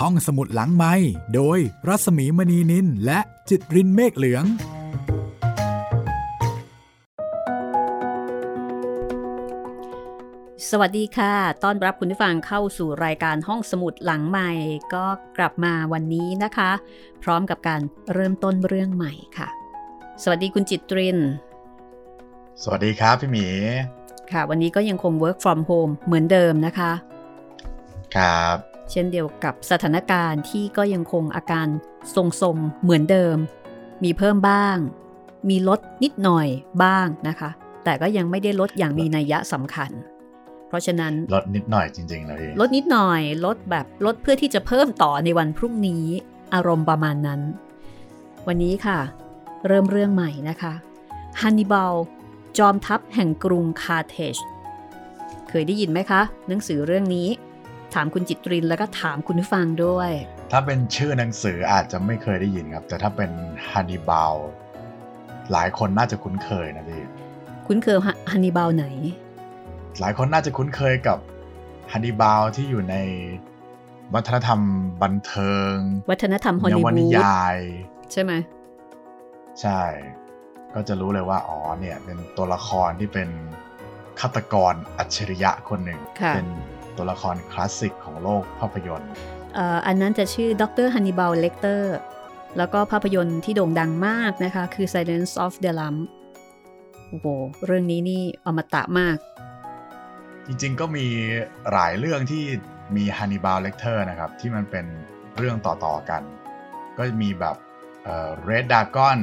ห้องสมุดหลังไมค์โดยรัศมีมณีนินและจิตรินเมฆเหลืองสวัสดีค่ะต้อนรับคุณผู้ฟังเข้าสู่รายการห้องสมุดหลังใหม่ก็กลับมาวันนี้นะคะพร้อมกับการเริ่มต้นเรื่องใหม่ค่ะสวัสดีคุณจิตรินสวัสดีครับพี่หมีค่ะวันนี้ก็ยังคง work from home เหมือนเดิมนะคะครับเช่นเดียวกับสถานการณ์ที่ก็ยังคงอาการทรงๆเหมือนเดิมมีเพิ่มบ้างมีลดนิดหน่อยบ้างนะคะแต่ก็ยังไม่ได้ลดอย่างมีนัยสำคัญเพราะฉะนั้นลดนิดหน่อยจริงๆนะพี่ลดนิดหน่อยลดแบบลดเพื่อที่จะเพิ่มต่อในวันพรุ่งนี้อารมณ์ประมาณนั้นวันนี้ค่ะเริ่มเรื่องใหม่นะคะฮันนิบาลจอมทัพแห่งกรุงคาร์เทจเคยได้ยินไหมคะหนังสือเรื่องนี้ถามคุณจิตรินแล้วก็ถามคุณผู้ฟังด้วยถ้าเป็นชื่อหนังสืออาจจะไม่เคยได้ยินครับแต่ถ้าเป็นฮันนิบาลหลายคนน่าจะคุ้นเคยนะพี่คุ้นเคยฮันนิบาลไหนหลายคนน่าจะคุ้นเคยกับฮันนิบาลที่อยู่ในวัฒนธรรมบันเทิงวัฒนธรรมฮอลลีวูดนิยายใช่ไหมใช่ก็จะรู้เลยว่าอ๋อเนี่ยเป็นตัวละครที่เป็นฆาตกรอัจฉริยะคนหนึ่งเป็นตัวละครคลาสสิกของโลกภาพยนตร์อันนั้นจะชื่อดร. ฮันนิบาล เลคเตอร์แล้วก็ภาพยนตร์ที่โด่งดังมากนะคะคือ Silence of the Lambs โอ้โหเรื่องนี้นี่อมตะมากจริงๆก็มีหลายเรื่องที่มีฮันนิบาล เลคเตอร์นะครับที่มันเป็นเรื่องต่อๆกันก็มีแบบRed Dragon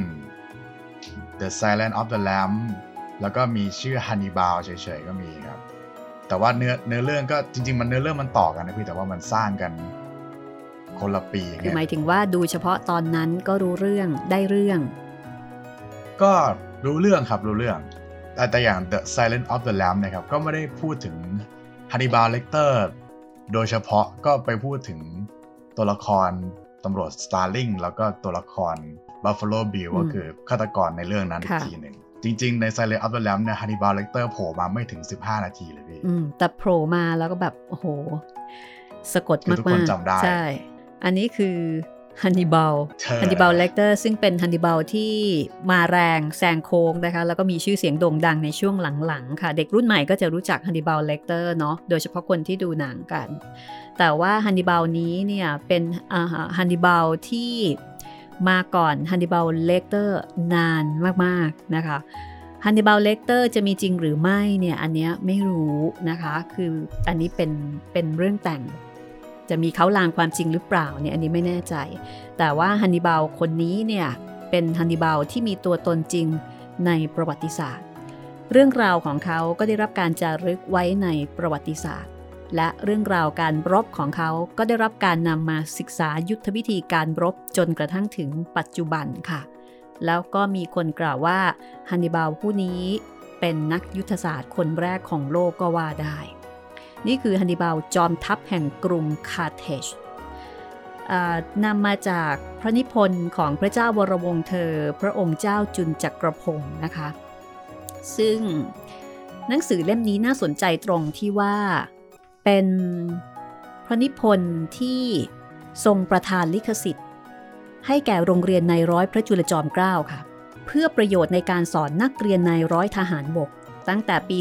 The Silence of the Lambs แล้วก็มีชื่อฮันนิบาลเฉยๆก็มีครับแต่ว่าเนื้อเรื่องก็จริงๆมันเนื้อเรื่องมันต่อกันนะพี่แต่ว่ามันสร้างกันคนละปีคือหมายถึงว่าดูเฉพาะตอนนั้นก็รู้เรื่องได้เรื่องก็รู้เรื่องครับรู้เรื่องแต่อย่าง The Silence of the Lambs นะครับก็ไม่ได้พูดถึง Hannibal Lecter โดยเฉพาะก็ไปพูดถึงตัวละครตำรวจ Starling แล้วก็ตัวละคร Buffalo Bill ก็คือฆาตกรในเรื่องนั้นอีกทีหนึ่งจริงๆใน Silence of the Lambs เนี่ย Hannibal Lecter โผล่มาไม่ถึง15นาทีเลยพี่แต่โผล่มาแล้วก็แบบโอ้โหสะกดมากๆทุกคนจำได้ใช่อันนี้คือฮันนิบาล เลคเตอร์ซึ่งเป็นฮันนิบาลที่มาแรงแซงโค้งนะคะแล้วก็มีชื่อเสียงโด่งดังในช่วงหลังๆค่ะเด็กรุ่นใหม่ก็จะรู้จักฮันนิบาล เลคเตอร์เนาะโดยเฉพาะคนที่ดูหนังกันแต่ว่าฮันนิบาลนี้เนี่ยเป็นฮันนิบาลที่มาก่อนฮันนิบาล เลคเตอร์นานมากๆนะคะฮันนิบาล เลคเตอร์จะมีจริงหรือไม่เนี่ยอันเนี้ยไม่รู้นะคะคืออันนี้เป็นเรื่องแต่งจะมีเขาลางความจริงหรือเปล่าเนี่ยอันนี้ไม่แน่ใจแต่ว่าฮันนิบาลคนนี้เนี่ยเป็นฮันนิบาลที่มีตัวตนจริงในประวัติศาสตร์เรื่องราวของเขาก็ได้รับการจารึกไว้ในประวัติศาสตร์และเรื่องราวการรบของเขาก็ได้รับการนำมาศึกษายุทธวิธีการรบจนกระทั่งถึงปัจจุบันค่ะแล้วก็มีคนกล่าวว่าฮันนิบาลผู้นี้เป็นนักยุทธศาสตร์คนแรกของโลกก็ว่าได้นี่คือฮันนิบาลจอมทัพแห่งกรุงคาร์เทจนำมาจากพระนิพนธ์ของพระเจ้าวรวงศ์เธอพระองค์เจ้าจุลจักรพงศ์นะคะซึ่งหนังสือเล่มนี้น่าสนใจตรงที่ว่าเป็นพระนิพนธ์ที่ทรงประทานลิขสิทธิ์ให้แก่โรงเรียนนายร้อยพระจุลจอมเกล้าค่ะเพื่อประโยชน์ในการสอนนักเรียนนายร้อยทหารบกตั้งแต่ปี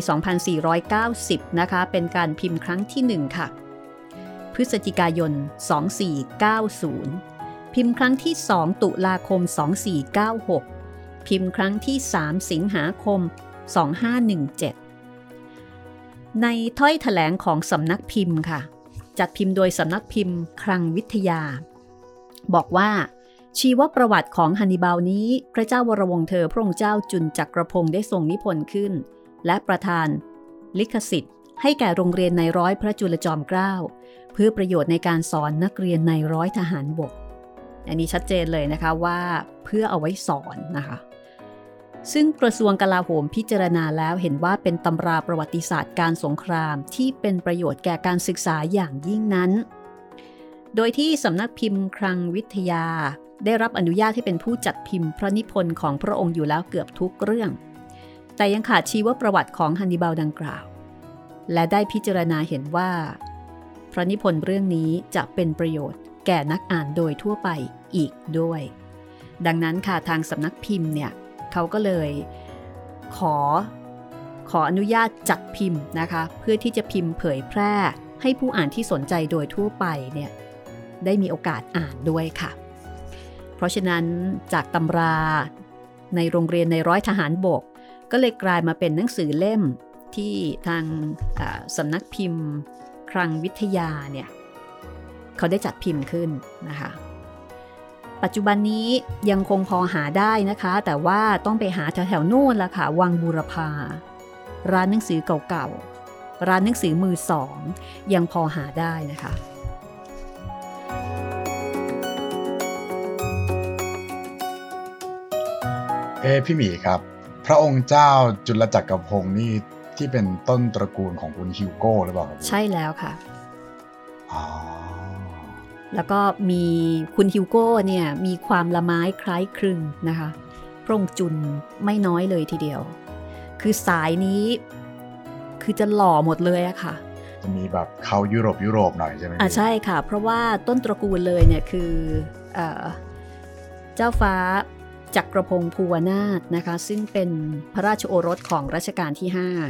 2490 นะคะเป็นการพิมพ์ครั้งที่1ค่ะพฤศจิกายน 2490 พิมพ์ครั้งที่2ตุลาคม 2496 พิมพ์ครั้งที่3สิงหาคม 2517 ในถ้อยแถลงของสำนักพิมพ์ค่ะจัดพิมพ์โดยสำนักพิมพ์คลังวิทยาบอกว่าชีวประวัติของฮันนิบาลนี้พระเจ้าวรวงศ์เธอพระองค์เจ้าจุลจักรพงศ์ได้ทรงนิพนธ์ขึ้นและประทานลิขสิทธิ์ให้แก่โรงเรียนนายร้อยพระจุลจอมเกล้าเพื่อประโยชน์ในการสอนนักเรียนนายร้อยทหารบกอันนี้ชัดเจนเลยนะคะว่าเพื่อเอาไว้สอนนะคะซึ่งกระทรวงกลาโหมพิจารณาแล้วเห็นว่าเป็นตำราประวัติศาสตร์การสงครามที่เป็นประโยชน์แก่การศึกษาอย่างยิ่งนั้นโดยที่สำนักพิมพ์คลังวิทยาได้รับอนุญาตให้เป็นผู้จัดพิมพ์พระนิพนธ์ของพระองค์อยู่แล้วเกือบทุกเรื่องแต่ยังขาดชีวประวัติของฮันนิบาลดังกล่าวและได้พิจารณาเห็นว่าพระนิพนธ์เรื่องนี้จะเป็นประโยชน์แก่นักอ่านโดยทั่วไปอีกด้วยดังนั้นค่ะทางสำนักพิมพ์เนี่ยเขาก็เลยขออนุญาตจัดพิมพ์นะคะเพื่อที่จะพิมพ์เผยแพร่ให้ผู้อ่านที่สนใจโดยทั่วไปเนี่ยได้มีโอกาสอ่านด้วยค่ะเพราะฉะนั้นจากตำราในโรงเรียนในร้อยทหารบกก็เลยกลายมาเป็นหนังสือเล่มที่ทางสำนักพิมพ์คลังวิทยาเนี่ยเขาได้จัดพิมพ์ขึ้นนะคะปัจจุบันนี้ยังคงพอหาได้นะคะแต่ว่าต้องไปหาแถวๆโน่นละค่ะวังบูรพาร้านหนังสือเก่าๆร้านหนังสือมือสองยังพอหาได้นะคะพี่หมีครับพระองค์เจ้าจุลจักรพงศ์นี่ที่เป็นต้นตระกูลของคุณฮิวโก้หรือเปล่าครับใช่แล้วค่ะแล้วก็มีคุณฮิวโก้เนี่ยมีความละไม้คล้ายคลึงนะคะพระองค์จุลไม่น้อยเลยทีเดียวคือสายนี้คือจะหล่อหมดเลยอะค่ะจะมีแบบเข้ายุโรปหน่อยใช่ไหมใช่ค่ะเพราะว่าต้นตระกูลเลยเนี่ยคือเจ้าฟ้าจักรพงศ์ภูวนาถนะคะซึ่งเป็นพระราชโอรสของรัชกาลที่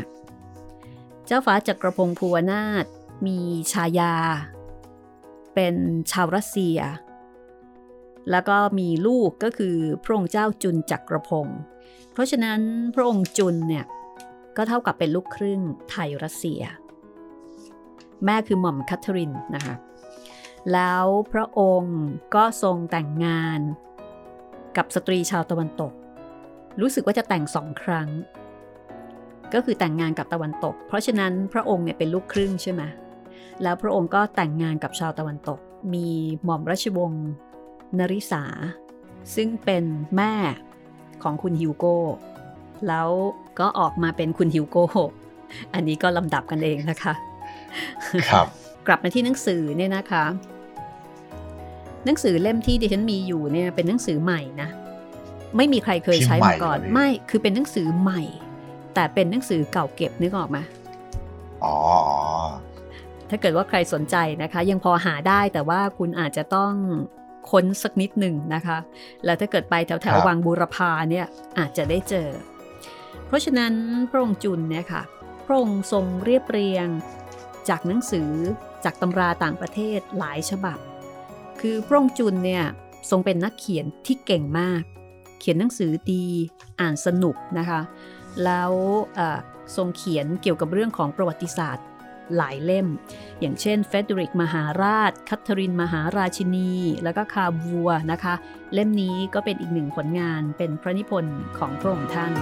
5เจ้าฟ้าจักรพงศ์ภูวนาถมีฉายาเป็นชาวรัสเซียแล้วก็มีลูกก็คือพระองค์เจ้าจุลจักรพงศ์เพราะฉะนั้นพระองค์จุลเนี่ยก็เท่ากับเป็นลูกครึ่งไทยรัสเซียแม่คือหม่อมคัทเธอรินนะคะแล้วพระองค์ก็ทรงแต่งงานกับสตรีชาวตะวันตกรู้สึกว่าจะแต่ง2 ครั้งก็คือแต่งงานกับตะวันตกเพราะฉะนั้นพระองค์เนี่ยเป็นลูกครึ่งใช่ไหมแล้วพระองค์ก็แต่งงานกับชาวตะวันตกมีหม่อมราชวงศ์นริษาซึ่งเป็นแม่ของคุณฮิวโก้แล้วก็ออกมาเป็นคุณฮิวโก้อันนี้ก็ลำดับกันเองนะคะครับกลับมาที่หนังสือเนี่ยนะคะหนังสือเล่มที่ดิฉันมีอยู่เนี่ยเป็นหนังสือใหม่นะไม่มีใครเคยใช้มาก่อนไม่คือเป็นหนังสือใหม่แต่เป็นหนังสือเก่าเก็บนึกออกไหมอ๋อถ้าเกิดว่าใครสนใจนะคะยังพอหาได้แต่ว่าคุณอาจจะต้องค้นสักนิดหนึ่งนะคะแล้วถ้าเกิดไปแถววังบูรพาเนี่ยอาจจะได้เจอเพราะฉะนั้นพระองค์จุลเนี่ยค่ะพระองค์ทรงเรียบเรียงจากหนังสือจากตำราต่างประเทศหลายฉบับคือพระองค์จุลเนี่ยทรงเป็นนักเขียนที่เก่งมากเขียนหนังสือดีอ่านสนุกนะคะแล้วทรงเขียนเกี่ยวกับเรื่องของประวัติศาสตร์หลายเล่มอย่างเช่นเฟเดริกมหาราชคัทเธอรินมหาราชินีแล้วก็คาบัวนะคะเล่มนี้ก็เป็นอีกหนึ่งผลงานเป็นพระนิพนธ์ของพระองค์ท่าน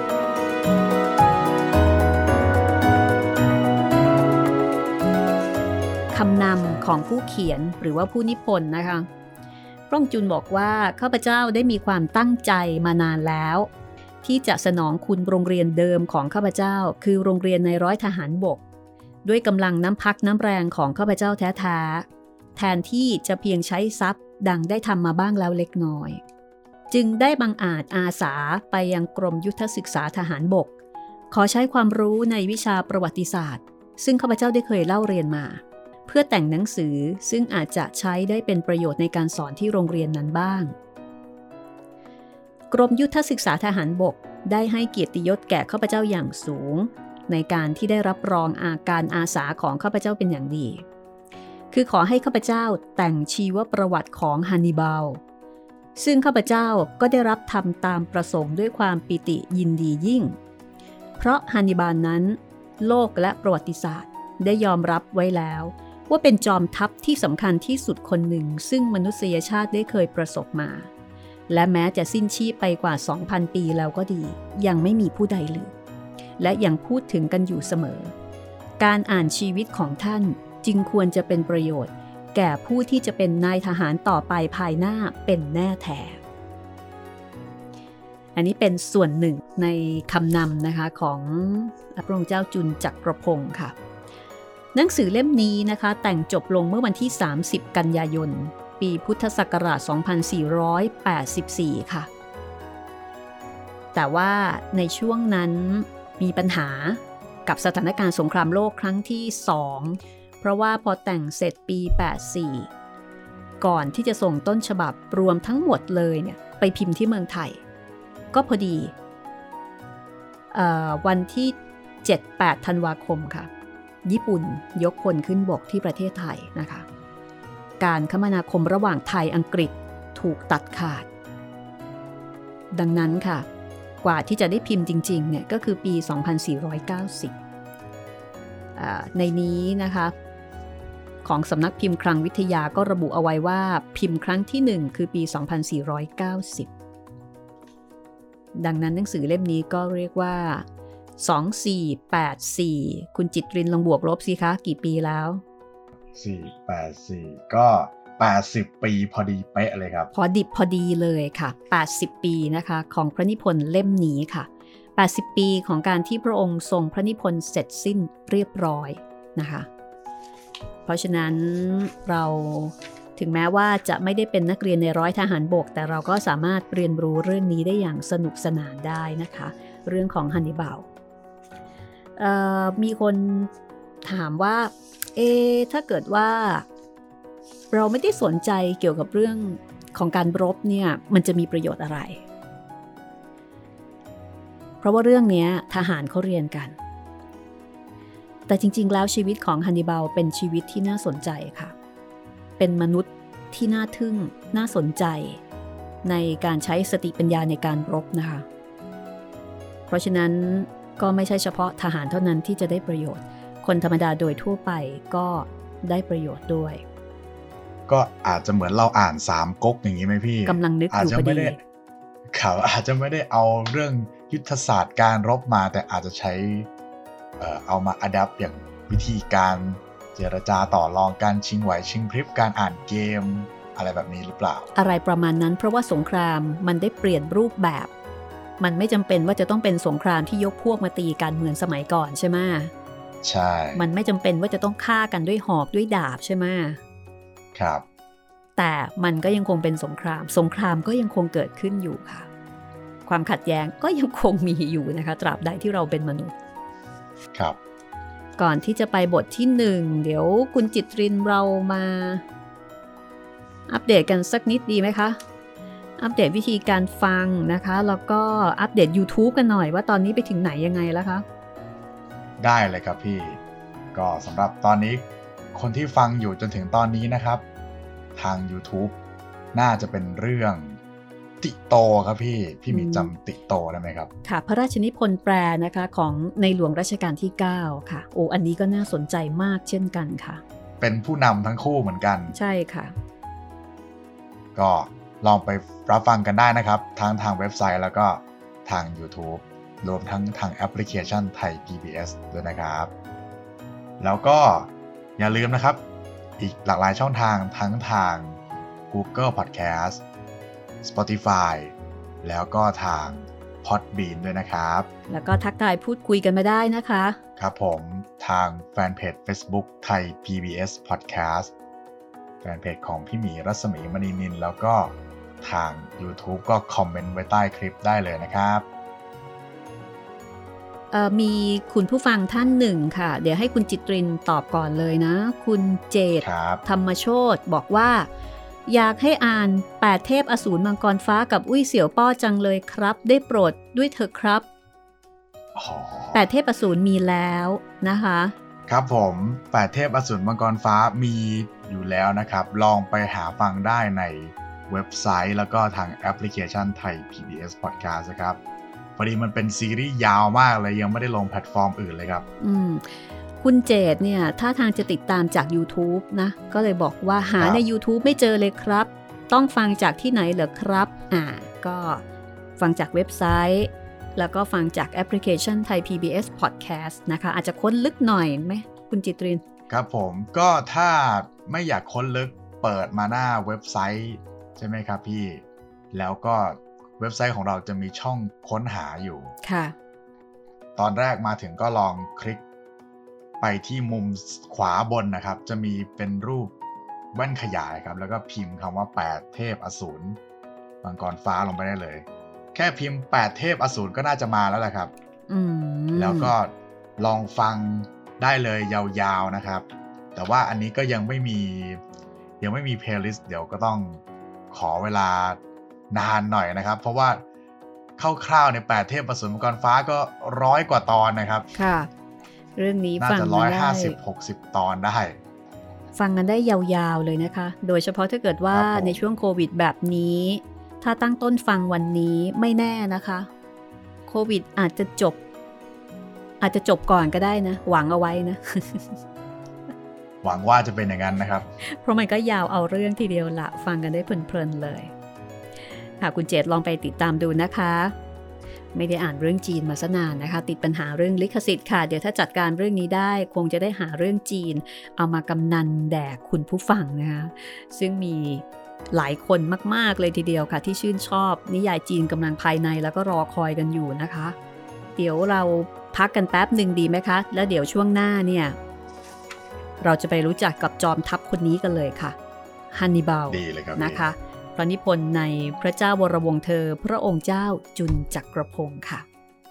คำนำของผู้เขียนหรือว่าผู้นิพนธ์นะคะพระองค์จุลบอกว่าข้าพเจ้าได้มีความตั้งใจมานานแล้วที่จะสนองคุณโรงเรียนเดิมของข้าพเจ้าคือโรงเรียนในร้อยทหารบกด้วยกำลังน้ำพักน้ำแรงของข้าพเจ้าแท้ๆแทนที่จะเพียงใช้ทรัพย์ดังได้ทำมาบ้างแล้วเล็กน้อยจึงได้บังอาจอาสาไปยังกรมยุทธศึกษาทหารบกขอใช้ความรู้ในวิชาประวัติศาสตร์ซึ่งข้าพเจ้าได้เคยเล่าเรียนมาเพื่อแต่งหนังสือซึ่งอาจจะใช้ได้เป็นประโยชน์ในการสอนที่โรงเรียนนั้นบ้างกรมยุทธศึกษาทหารบกได้ให้เกียรติยศแก่ข้าพเจ้าอย่างสูงในการที่ได้รับรองการอาสาของข้าพเจ้าเป็นอย่างดีคือขอให้ข้าพเจ้าแต่งชีวประวัติของฮันนิบาลซึ่งข้าพเจ้าก็ได้รับทำตามประสงค์ด้วยความปิติยินดียิ่งเพราะฮันนิบาลนั้นโลกและประวัติศาสตร์ได้ยอมรับไว้แล้วว่าเป็นจอมทัพที่สำคัญที่สุดคนหนึ่งซึ่งมนุษยชาติได้เคยประสบมาและแม้จะสิ้นชีพไปกว่า 2,000 ปีแล้วก็ดียังไม่มีผู้ใดลืมและยังพูดถึงกันอยู่เสมอการอ่านชีวิตของท่านจึงควรจะเป็นประโยชน์แก่ผู้ที่จะเป็นนายทหารต่อไปภายหน้าเป็นแน่แท้อันนี้เป็นส่วนหนึ่งในคำนำนะคะของพระองค์เจ้าจุลจักรพงศ์ค่ะหนังสือเล่มนี้นะคะแต่งจบลงเมื่อวันที่30กันยายนปีพุทธศักราช2484ค่ะแต่ว่าในช่วงนั้นมีปัญหากับสถานการณ์สงครามโลกครั้งที่2เพราะว่าพอแต่งเสร็จปี84 ก่อนที่จะส่งต้นฉบับรวมทั้งหมดเลยเนี่ยไปพิมพ์ที่เมืองไทยก็พอดีวันที่ 7-8 ธันวาคมค่ะญี่ปุ่นยกพลขึ้นบกที่ประเทศไทยนะคะการคมนาคมระหว่างไทยอังกฤษถูกตัดขาดดังนั้นค่ะกว่าที่จะได้พิมพ์จริงๆเนี่ยก็คือปี 2490ในนี้นะคะของสำนักพิมพ์คลังวิทยาก็ระบุเอาไว้ว่าพิมพ์ครั้งที่1คือปี 2490ดังนั้นหนังสือเล่มนี้ก็เรียกว่า2484คุณจิตรินลองบวกลบสิคะกี่ปีแล้ว 484ก็80ปีพอดีเป๊ะเลยครับพอดิบพอดีเลยค่ะ80ปีนะคะของพระนิพนธ์เล่มนี้ค่ะ80ปีของการที่พระองค์ทรงพระนิพนธ์เสร็จสิ้นเรียบร้อยนะคะเพราะฉะนั้นเราถึงแม้ว่าจะไม่ได้เป็นนักเรียนในร้อยทหารบกแต่เราก็สามารถเรียนรู้เรื่องนี้ได้อย่างสนุกสนานได้นะคะเรื่องของฮันนิบาลมีคนถามว่าถ้าเกิดว่าเราไม่ได้สนใจเกี่ยวกับเรื่องของการรบเนี่ยมันจะมีประโยชน์อะไรเพราะว่าเรื่องนี้ทหารเขาเรียนกันแต่จริงๆแล้วชีวิตของฮันนิบาลเป็นชีวิตที่น่าสนใจค่ะเป็นมนุษย์ที่น่าทึ่งน่าสนใจในการใช้สติปัญญาในการรบนะคะเพราะฉะนั้นก็ไม่ใช่เฉพาะทหารเท่านั้นที่จะได้ประโยชน์คนธรรมดาโดยทั่วไปก็ได้ประโยชน์ด้วยก็อาจจะเหมือนเราอ่าน3ก๊กอย่างนี้ไหมพี่กำลังนึกอยู่พอดีเขาอาจจะไม่ได้เอาเรื่องยุทธศาสตร์การรบมาแต่อาจจะใช้เอามาอัดแอปอย่างวิธีการเจรจาต่อรองการชิงไหวชิงพริบการอ่านเกมอะไรแบบนี้หรือเปล่าอะไรประมาณนั้นเพราะว่าสงครามมันได้เปลี่ยนรูปแบบมันไม่จำเป็นว่าจะต้องเป็นสงครามที่ยกพวกมาตีกันเหมือนสมัยก่อนใช่ไหมใช่มันไม่จำเป็นว่าจะต้องฆ่ากันด้วยหอกด้วยดาบใช่ไหมครับแต่มันก็ยังคงเป็นสงครามก็ยังคงเกิดขึ้นอยู่ค่ะความขัดแย้งก็ยังคงมีอยู่นะคะตราบใดที่เราเป็นมนุษย์ครับก่อนที่จะไปบทที่1เดี๋ยวคุณจิตรินเรามาอัปเดตกันสักนิดดีไหมคะอัปเดตวิธีการฟังนะคะแล้วก็อัปเดต YouTube กันหน่อยว่าตอนนี้ไปถึงไหนยังไงแล้วคะได้เลยครับพี่ก็สำหรับตอนนี้คนที่ฟังอยู่จนถึงตอนนี้นะครับทาง YouTube น่าจะเป็นเรื่องติโตครับพี่มีจำติโตได้ไหมครับค่ะพระราชนิพนธ์แปลนะคะของในหลวงรัชกาลที่9ค่ะอันนี้ก็น่าสนใจมากเช่นกันค่ะเป็นผู้นำทั้งคู่เหมือนกันใช่ค่ะก็ลองไปรับฟังกันได้นะครับทั้งทางเว็บไซต์แล้วก็ทาง YouTube รวมทั้งทางแอปพลิเคชันไทย PBS ด้วยนะครับแล้วก็อย่าลืมนะครับอีกหลากหลายช่องทางทั้งทาง Google Podcast Spotify แล้วก็ทาง Podbean ด้วยนะครับแล้วก็ทักทายพูดคุยกันมาได้นะคะครับผมทางแฟนเพจ Facebook ไทย PBS Podcast แฟนเพจของพี่หมีรัศมีมณีนินแล้วก็ทาง YouTube ก็คอมเมนต์ไว้ใต้คลิปได้เลยนะครับมีคุณผู้ฟังท่านหนึ่งค่ะเดี๋ยวให้คุณจิตรินตอบก่อนเลยนะคุณเจตธรรมโชติบอกว่าอยากให้อ่าน8เทพอสูรมังกรฟ้ากับอุ้ยเสี่ยวป้อจังเลยครับได้โปรดด้วยเถอะครับ8เทพอสูรมีแล้วนะคะครับผม8เทพอสูรมังกรฟ้ามีอยู่แล้วนะครับลองไปหาฟังได้ในเว็บไซต์แล้วก็ทางแอปพลิเคชันไทย PBS Podcast นะครับพอดีมันเป็นซีรีส์ยาวมากเลยยังไม่ได้ลงแพลตฟอร์มอื่นเลยครับคุณเจตเนี่ยถ้าทางจะติดตามจาก YouTube นะก็เลยบอกว่าหาใน YouTube ไม่เจอเลยครับต้องฟังจากที่ไหนเหรอครับก็ฟังจากเว็บไซต์แล้วก็ฟังจากแอปพลิเคชันไทย PBS Podcast นะคะอาจจะค้นลึกหน่อยไหมคุณจิตรินครับผมก็ถ้าไม่อยากค้นลึกเปิดมาหน้าเว็บไซต์ใช่ไหมครับพี่แล้วก็เว็บไซต์ของเราจะมีช่องค้นหาอยู่ค่ะตอนแรกมาถึงก็ลองคลิกไปที่มุมขวาบนนะครับจะมีเป็นรูปแว่นขยายครับแล้วก็พิมพ์คำว่า8เทพอสูรมังกรฟ้าลงไปได้เลยแค่พิมพ์8เทพอสูรก็น่าจะมาแล้วแหละครับแล้วก็ลองฟังได้เลยยาวๆนะครับแต่ว่าอันนี้ก็ยังไม่มียังไม่มีเพลย์ลิสต์เดี๋ยวก็ต้องขอเวลานานหน่อยนะครับเพราะว่าคร่าวๆใน8เทพอสูรมังกรฟ้าก็100 กว่าตอนนะครับค่ะเรื่องนี้ฟังกันได้150-60 ตอนได้ฟังกันได้ยาวๆเลยนะคะโดยเฉพาะถ้าเกิดว่าในช่วงโควิดแบบนี้ถ้าตั้งต้นฟังวันนี้ไม่แน่นะคะโควิดอาจจะจบก่อนก็ได้นะหวังเอาไว้นะหวังว่าจะเป็นอย่างนั้นนะครับเพราะมันก็ยาวเอาเรื่องทีเดียวละฟังกันได้เพลินๆเลยค่ะคุณเจตลองไปติดตามดูนะคะไม่ได้อ่านเรื่องจีนมาซะนานนะคะติดปัญหาเรื่องลิขสิทธิ์ค่ะเดี๋ยวถ้าจัดการเรื่องนี้ได้คงจะได้หาเรื่องจีนเอามากำนันแด่คุณผู้ฟังนะคะซึ่งมีหลายคนมากๆเลยทีเดียวค่ะที่ชื่นชอบนิยายจีนกำลังภายในแล้วก็รอคอยกันอยู่นะคะเดี๋ยวเราพักกันแป๊บหนึ่งดีไหมคะแล้วเดี๋ยวช่วงหน้าเนี่ยเราจะไปรู้จักกับจอมทัพคนนี้กันเลยค่ะฮันนิบาลนะคะพระนิพนธ์ในพระเจ้าวรวงศ์เธอพระองค์เจ้าจุนจักรพงศ์ค่ะ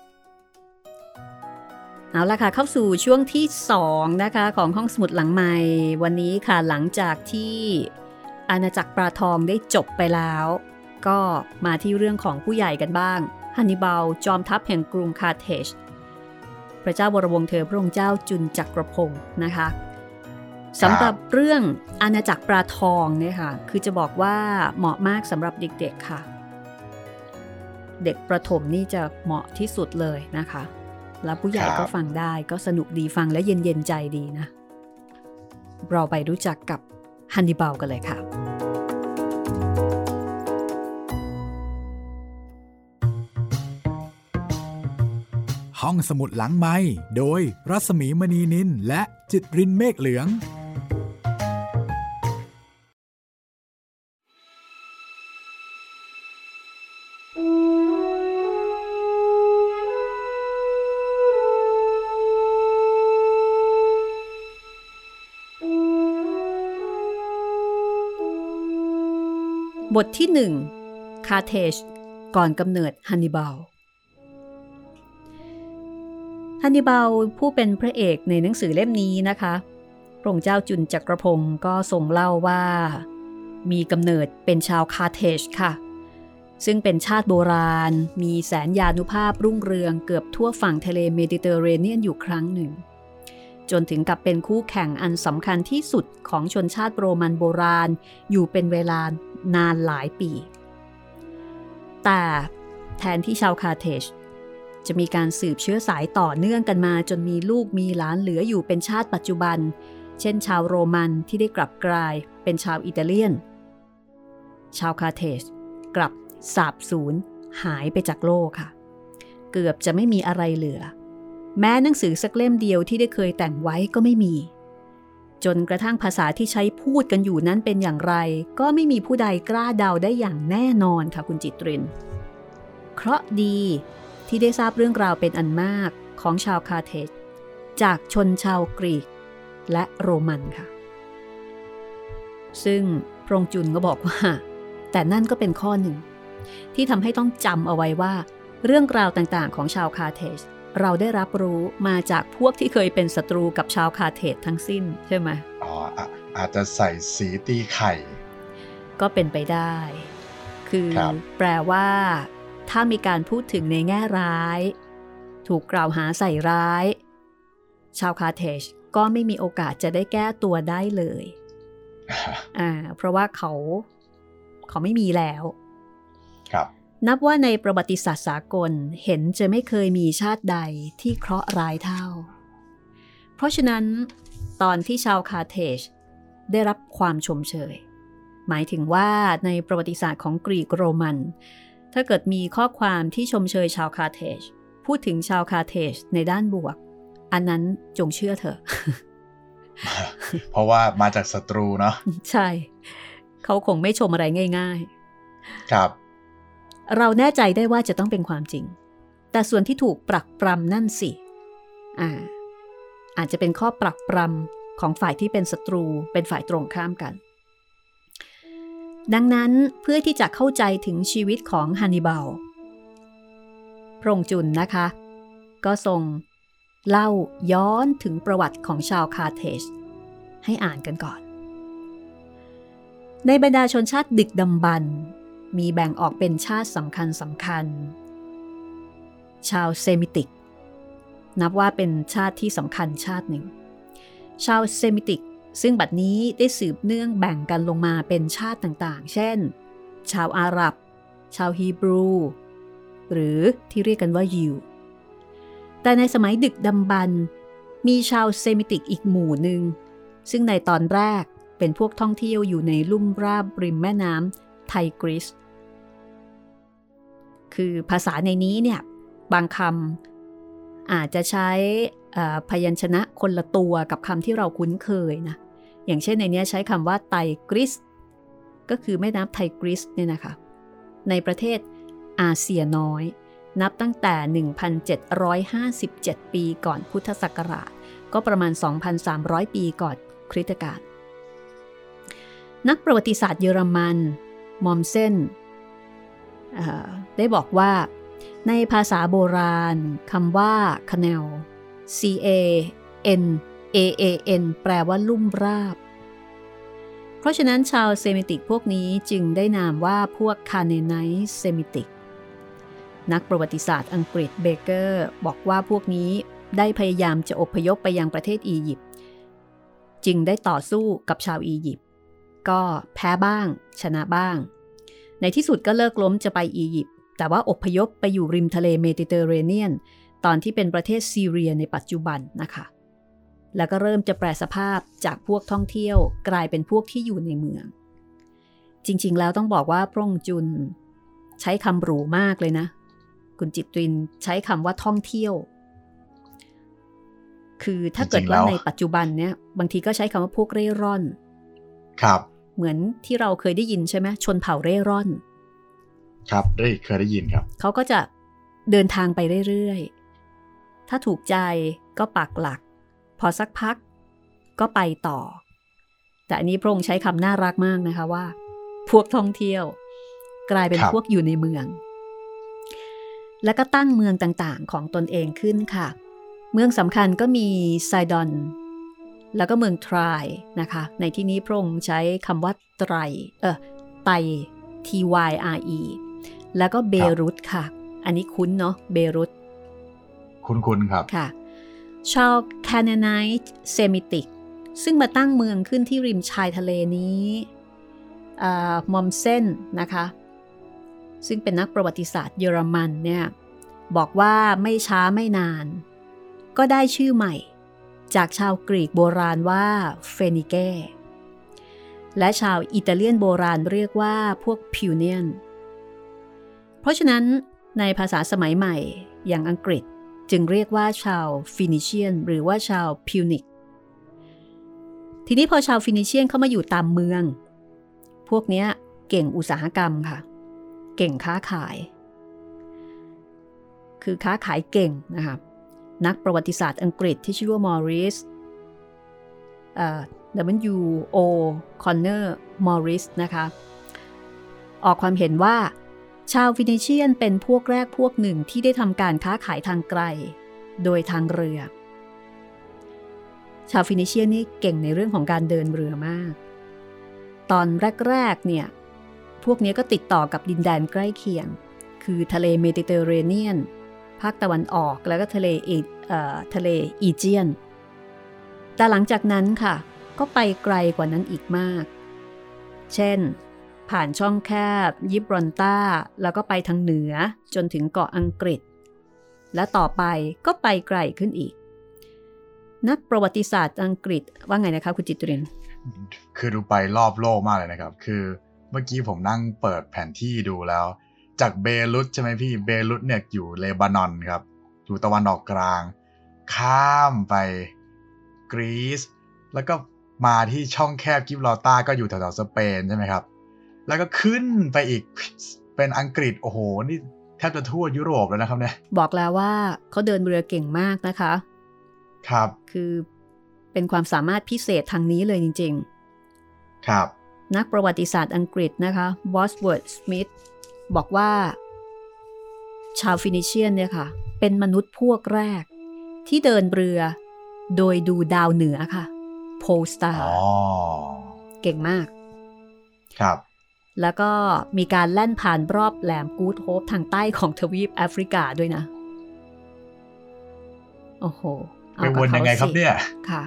เอาล่ะค่ะเข้าสู่ช่วงที่2นะคะของห้องสมุดหลังใหม่วันนี้ค่ะหลังจากที่อาณาจักรปลาทองได้จบไปแล้วก็มาที่เรื่องของผู้ใหญ่กันบ้างฮันนิบาลจอมทัพแห่งกรุงคาร์เทจพระเจ้าวรวงศ์เธอพระองค์เจ้าจุนจักรพงศ์นะคะสำหรับเรื่องอาณาจักรปลาทองเนี่ยค่ะคือจะบอกว่าเหมาะมากสำหรับเด็กๆค่ะเด็กประถมนี่จะเหมาะที่สุดเลยนะคะแล้วผู้ใหญ่ก็ฟังได้ก็สนุกดีฟังและเย็นๆใจดีนะเราไปรู้จักกับฮันนิบาลกันเลยค่ะห้องสมุดหลังไมค์โดยรัศมีมณีนินและจิตรินเมฆเหลืองบทที่1คาร์เทจก่อนกำเนิดฮันนิบาลฮันนิบาลผู้เป็นพระเอกในหนังสือเล่มนี้นะคะพระองค์เจ้าจุนจักรพงศ์ก็ทรงเล่าว่ามีกำเนิดเป็นชาวคาร์เทจค่ะซึ่งเป็นชาติโบราณมีแสนยานุภาพรุ่งเรืองเกือบทั่วฝั่งทะเลเมดิเตอร์เรเนียนอยู่ครั้งหนึ่งจนถึงกับเป็นคู่แข่งอันสำคัญที่สุดของชนชาติโรมันโบราณอยู่เป็นเวลานานหลายปีแต่แทนที่ชาวคาร์เทจจะมีการสืบเชื้อสายต่อเนื่องกันมาจนมีลูกมีหลานเหลืออยู่เป็นชาติปัจจุบันเช่นชาวโรมันที่ได้กลับกลายเป็นชาวอิตาเลียนชาวคาร์เทจกลับสาบสูญหายไปจากโลกค่ะเกือบจะไม่มีอะไรเหลือแม้หนังสือสักเล่มเดียวที่ได้เคยแต่งไว้ก็ไม่มีจนกระทั่งภาษาที่ใช้พูดกันอยู่นั้นเป็นอย่างไรก็ไม่มีผู้ใดกล้าเดาได้อย่างแน่นอนค่ะคุณจิตรินเคราะห์ดีที่ได้ทราบเรื่องราวเป็นอันมากของชาวคาร์เทจจากชนชาวกรีกและโรมันค่ะซึ่งพระองค์จุนก็บอกว่าแต่นั่นก็เป็นข้อหนึ่งที่ทำให้ต้องจำเอาไว้ว่าเรื่องราวต่างๆของชาวคาร์เทจเราได้รับรู้มาจากพวกที่เคยเป็นศัตรูกับชาวคาร์เทจทั้งสิ้นใช่ไหมอาจจะใส่สีตีไข่ก็เป็นไปได้คือแปลว่าถ้ามีการพูดถึงในแง่ร้ายถูกกล่าวหาใส่ร้ายชาวคาร์เทจก็ไม่มีโอกาสจะได้แก้ตัวได้เลยเพราะว่าเขาไม่มีแล้วนับว่าในประวัติศาสตร์สากลเห็นจะไม่เคยมีชาติใดที่เคราะห์ร้ายเท่าเพราะฉะนั้นตอนที่ชาวคาร์เทจได้รับความชมเชยหมายถึงว่าในประวัติศาสตร์ของกรีกโรมันถ้าเกิดมีข้อความที่ชมเชยชาวคาร์เทจพูดถึงชาวคาร์เทจในด้านบวกอันนั้นจงเชื่อเถอะเพราะว่ามาจากศัตรูเนาะใช่เขาคงไม่ชมอะไรง่ายๆครับเราแน่ใจได้ว่าจะต้องเป็นความจริงแต่ส่วนที่ถูกปรักปรำนั่นสิอาจจะเป็นข้อปรักปรำของฝ่ายที่เป็นศัตรูเป็นฝ่ายตรงข้ามกันดังนั้นเพื่อที่จะเข้าใจถึงชีวิตของฮันนิบาลพระองค์จุนนะคะก็ทรงเล่าย้อนถึงประวัติของชาวคาร์เทจให้อ่านกันก่อนในบรรดาชนชาติดึกดำบรรพ์มีแบ่งออกเป็นชาติสำคัญชาวเซมิติกนับว่าเป็นชาติที่สำคัญชาติหนึ่งชาวเซมิติกซึ่งบัดนี้ได้สืบเนื่องแบ่งกันลงมาเป็นชาติต่างๆเช่นชาวอาหรับชาวฮีบรูหรือที่เรียกกันว่ายิวแต่ในสมัยดึกดำบรรพ์มีชาวเซมิติกอีกหมู่หนึ่งซึ่งในตอนแรกเป็นพวกท่องเที่ยวอยู่ในลุ่มราบริมแม่น้ำไทกริสคือภาษาในนี้เนี่ยบางคำอาจจะใช้พยัญชนะคนละตัวกับคำที่เราคุ้นเคยนะอย่างเช่นในนี้ใช้คำว่าไทกริสก็คือแม่น้ำไทกริสเนี่ยนะคะในประเทศอาเซียน้อยนับตั้งแต่ 1,757 ปีก่อนพุทธศักราชก็ประมาณ 2,300 ปีก่อนคริสตกาลนักประวัติศาสตร์เยอรมันมอมเซนได้บอกว่าในภาษาโบราณคำว่า Canal C-A-N-A-A-N แปลว่าลุ่มราบเพราะฉะนั้นชาวเซมิติกพวกนี้จึงได้นามว่าพวกคาเนไนต์เซมิติกนักประวัติศาสตร์อังกฤษเบเกอร์บอกว่าพวกนี้ได้พยายามจะอพยพไปยังประเทศอียิปต์จึงได้ต่อสู้กับชาวอียิปต์ก็แพ้บ้างชนะบ้างในที่สุดก็เลิกล้มจะไปอียิปต์แต่ว่าอพยพไปอยู่ริมทะเลเมดิเตอร์เรเนียนตอนที่เป็นประเทศซีเรียในปัจจุบันนะคะแล้วก็เริ่มจะแปรสภาพจากพวกท่องเที่ยวกลายเป็นพวกที่อยู่ในเมืองจริงๆแล้วต้องบอกว่าพระองค์จุนใช้คำหรูมากเลยนะคุณจิตรินใช้คำว่าท่องเที่ยวคือถ้าเกิดว่าในปัจจุบันเนี่ยบางทีก็ใช้คำว่าพวกเร่ร่อนครับเหมือนที่เราเคยได้ยินใช่ไหมชนเผ่าเร่ร่อนครับเคยได้ยินครับเขาก็จะเดินทางไปเรื่อยๆถ้าถูกใจก็ปักหลักพอสักพักก็ไปต่อแต่อันนี้พระองค์ใช้คำน่ารักมากนะคะว่าพวกท่องเที่ยวกลายเป็นพวกอยู่ในเมืองแล้วก็ตั้งเมืองต่างๆของตนเองขึ้นค่ะเมืองสำคัญก็มีไซดอนแล้วก็เมืองทรายนะคะในที่นี้พระองค์ใช้คำว่าไต TYRE แล้วก็เบรุตค่ะอันนี้คุ้นเนาะเบรุตคุ้นครับค่ะชาวแคนาไนต์เซมิติกซึ่งมาตั้งเมืองขึ้นที่ริมชายทะเลนี้มอมเซนนะคะซึ่งเป็นนักประวัติศาสตร์เยอรมันเนี่ยบอกว่าไม่ช้าไม่นานก็ได้ชื่อใหม่จากชาวกรีกโบราณว่าเฟนิเกและชาวอิตาเลียนโบราณเรียกว่าพวกพิวเนียนเพราะฉะนั้นในภาษาสมัยใหม่อย่างอังกฤษจึงเรียกว่าชาวฟินิเชียนหรือว่าชาวพิวนิกทีนี้พอชาวฟินิเชียนเข้ามาอยู่ตามเมืองพวกนี้เก่งอุตสาหกรรมค่ะเก่งค้าขายคือค้าขายเก่งนะคะนักประวัติศาสตร์อังกฤษที่ชื่อว่ามอริสW.O. Connor Morris นะคะออกความเห็นว่าชาวฟินิเชียนเป็นพวกแรกพวกหนึ่งที่ได้ทำการค้าขายทางไกลโดยทางเรือชาวฟินิเชียนนี่เก่งในเรื่องของการเดินเรือมากตอนแรกๆเนี่ยพวกนี้ก็ติดต่อกับดินแดนใกล้เคียงคือทะเลเมดิเตอร์เรเนียนภาคตะวันออกแล้วก็ทะเลอีเจียนแต่หลังจากนั้นค่ะก็ไปไกลกว่านั้นอีกมากเช่นผ่านช่องแคบยิบรอนตาแล้วก็ไปทางเหนือจนถึงเกาะอังกฤษและต่อไปก็ไปไกลขึ้นอีกนักประวัติศาสตร์อังกฤษว่าไงนะคะคุณจิตรินคือดูไปรอบโลกมากเลยนะครับคือเมื่อกี้ผมนั่งเปิดแผนที่ดูแล้วจากเบรุตใช่ไหมพี่เบรุตเนี่ยอยู่เลบานอนครับอยู่ตะวันออกกลางข้ามไปกรีซแล้วก็มาที่ช่องแคบกิบรอลตาร์ก็อยู่แถวๆสเปนใช่ไหมครับแล้วก็ขึ้นไปอีกเป็นอังกฤษโอ้โหนี่แทบจะทั่วยุโรปแล้วนะครับเนี่ยบอกแล้วว่าเขาเดินเรือเก่งมากนะคะครับคือเป็นความสามารถพิเศษทางนี้เลยจริงๆครับนักประวัติศาสตร์อังกฤษนะคะบอสเวิร์ดสมิธบอกว่าชาวฟินิเชียนเนี่ยค่ะเป็นมนุษย์พวกแรกที่เดินเรือโดยดูดาวเหนือค่ะโพลสตาร์เก่งมากครับแล้วก็มีการแล่นผ่านรอบแหลมกู๊ดโฮปทางใต้ของทวีปแอฟริกาด้วยนะโอ้โหไปวนยังไงครับเนี่ยค่ะ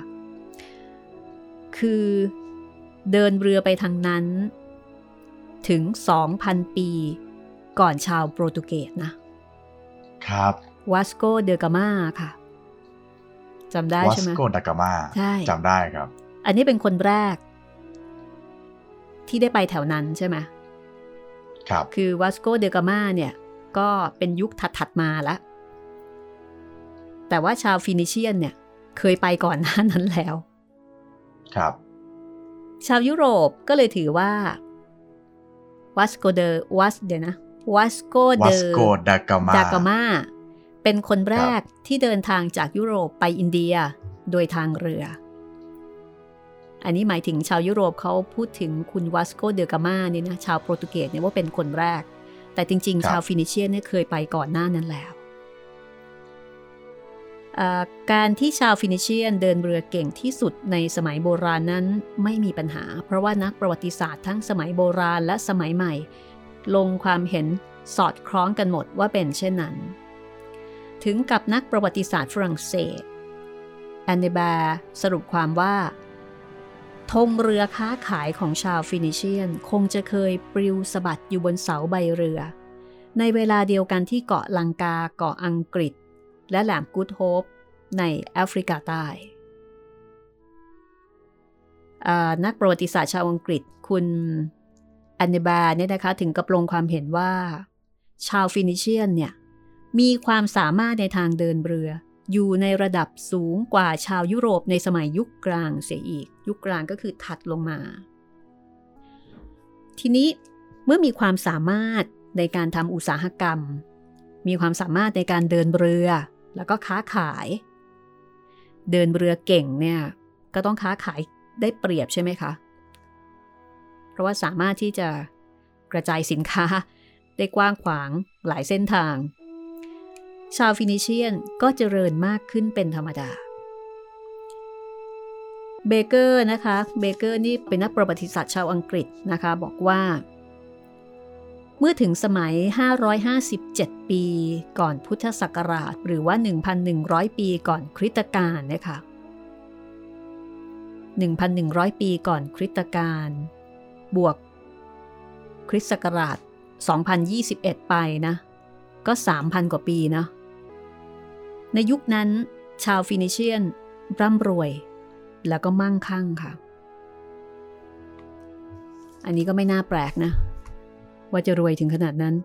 คือเดินเรือไปทางนั้นถึง 2,000 ปีก่อนชาวโปรตุเกสนะครับวาสโกเดกามาค่ะจำได้ใช่ไหมวาสโกเดกามาใช่จำได้ครับอันนี้เป็นคนแรกที่ได้ไปแถวนั้นใช่ไหมครับคือวาสโกเดกามาเนี่ยก็เป็นยุคถัดมาแล้วแต่ว่าชาวฟินิเชียนเนี่ยเคยไปก่อนหน้านั้นแล้วครับชาวยุโรปก็เลยถือว่าวาสโกเดกามาเป็นคนแรกที่เดินทางจากยุโรปไปอินเดียโดยทางเรืออันนี้หมายถึงชาวยุโรปเขาพูดถึงคุณวาสโกเดกามาเนี่ยนะชาวโปรตุเกสเนี่ยว่าเป็นคนแรกแต่จริงๆชาวฟินิเชียนเนี่ยเคยไปก่อนหน้านั้นแล้วการที่ชาวฟินิเชียนเดินเรือเก่งที่สุดในสมัยโบราณนั้นไม่มีปัญหาเพราะว่านักประวัติศาสตร์ทั้งสมัยโบราณและสมัยใหม่ลงความเห็นสอดคล้องกันหมดว่าเป็นเช่นนั้นถึงกับนักประวัติศาสตร์ฝรั่งเศสแอนเนแบร์สรุปความว่าธงเรือค้าขายของชาวฟินิเชียนคงจะเคยปลิวสะบัดอยู่บนเสาใบเรือในเวลาเดียวกันที่เกาะลังกาเกาะอังกฤษและแหลมกู๊ดโฮปในแอฟริกาใต้นักประวัติศาสตร์ชาวอังกฤษคุณแอนเนแบร์เนี่ยนะคะถึงกับลงความเห็นว่าชาวฟินิเชียนเนี่ยมีความสามารถในทางเดินเรืออยู่ในระดับสูงกว่าชาวยุโรปในสมัยยุคกลางเสียอีกยุคกลางก็คือถัดลงมาทีนี้เมื่อมีความสามารถในการทำอุตสาหกรรมมีความสามารถในการเดินเรือแล้วก็ค้าขายเดินเรือเก่งเนี่ยก็ต้องค้าขายได้เปรียบใช่ไหมคะเพราะว่าสามารถที่จะกระจายสินค้าได้กว้างขวางหลายเส้นทางชาวฟินิเชียนก็เจริญมากขึ้นเป็นธรรมดาเบเกอร์นะคะเบเกอร์นี่เป็นนักประวัติศาสตร์ชาวอังกฤษนะคะบอกว่าเมื่อถึงสมัย557ปีก่อนพุทธศักราชหรือว่า 1,100 ปีก่อนคริสตกาลนะคะ 1,100 ปีก่อนคริสตกาลบวกคริสต์ศักราช2021ไปนะก็ 3,000 กว่าปีนะในยุคนั้นชาวฟินิเชียนร่ำรวยแล้วก็มั่งคั่งค่ะอันนี้ก็ไม่น่าแปลกนะว่าจะรวยถึงขนาดนั้น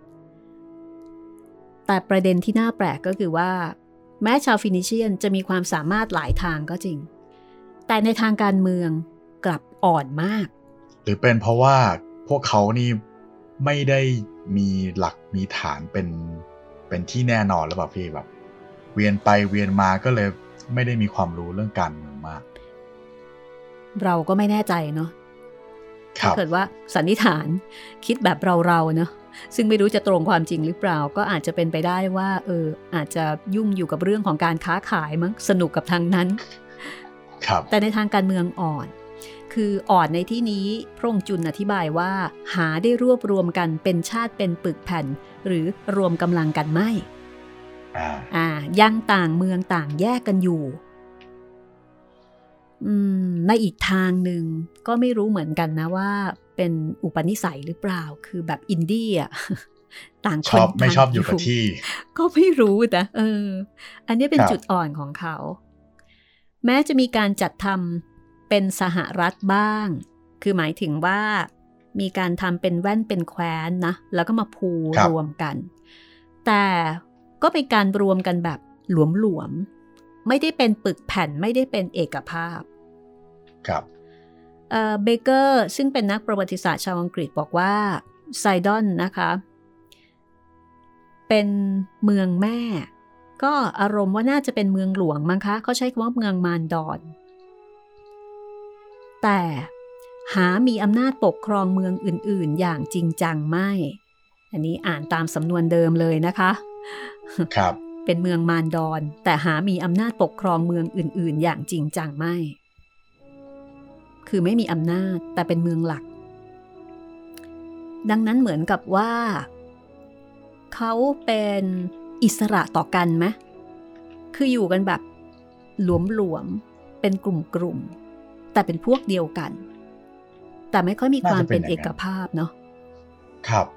แต่ประเด็นที่น่าแปลกก็คือว่าแม้ชาวฟินิเชียนจะมีความสามารถหลายทางก็จริงแต่ในทางการเมืองกลับอ่อนมากหรือเป็นเพราะว่าพวกเขานี่ไม่ได้มีหลักมีฐานเป็นที่แน่นอนหรือเปล่าพี่แบบเวียนไปเวียนมาก็เลยไม่ได้มีความรู้เรื่องการเมืองมากเราก็ไม่แน่ใจเนาะถ้าเกิดว่าสันนิษฐานคิดแบบเราเนาะซึ่งไม่รู้จะตรงความจริงหรือเปล่าก็อาจจะเป็นไปได้ว่าอาจจะยุ่งอยู่กับเรื่องของการค้าขายมั้งสนุกกับทางนั้นแต่ในทางการเมืองอ่อนคืออ่อนในที่นี้พระองค์จุลอธิบายว่าหาได้รวบรวมกันเป็นชาติเป็นปึกแผ่นหรือรวมกำลังกันไม่ยังต่างเมืองต่างแยกกันอยู่ในอีกทางหนึ่งก็ไม่รู้เหมือนกันนะว่าเป็นอุปนิสัยหรือเปล่าคือแบบอินเดียต่างคนไม่ชอบอยู่กับที่ก็ไม่รู้แต่อันนี้เป็นจุดอ่อนของเขาแม้จะมีการจัดทำเป็นสหรัฐบ้างคือหมายถึงว่ามีการทำเป็นแว่นเป็นแคว้นนะแล้วก็มาพูรวมกันแต่ก็เป็นการรวมกันแบบหลวมๆไม่ได้เป็นปึกแผ่นไม่ได้เป็นเอกภาพครับเบเกอร์ซึ่งเป็นนักประวัติศาสตร์ชาวอังกฤษบอกว่าไซดอนนะคะเป็นเมืองแม่ก็อารมณ์ว่าน่าจะเป็นเมืองหลวงมั้งคะเขาใช้คำว่าเมืองมารดอนแต่หามีอำนาจปกครองเมืองอื่นๆอย่างจริงจังไม่อันนี้อ่านตามสำนวนเดิมเลยนะคะครับเป็นเมืองมารดอนแต่หามีอำนาจปกครองเมืองอื่นๆอย่างจริงจังไม่คือไม่มีอำนาจแต่เป็นเมืองหลักดังนั้นเหมือนกับว่าเขาเป็นอิสระต่อกันไหมคืออยู่กันแบบหลวมๆเป็นกลุ่มๆแต่เป็นพวกเดียวกันแต่ไม่ค่อยมีความเป็นเอกภาพเนาะครับ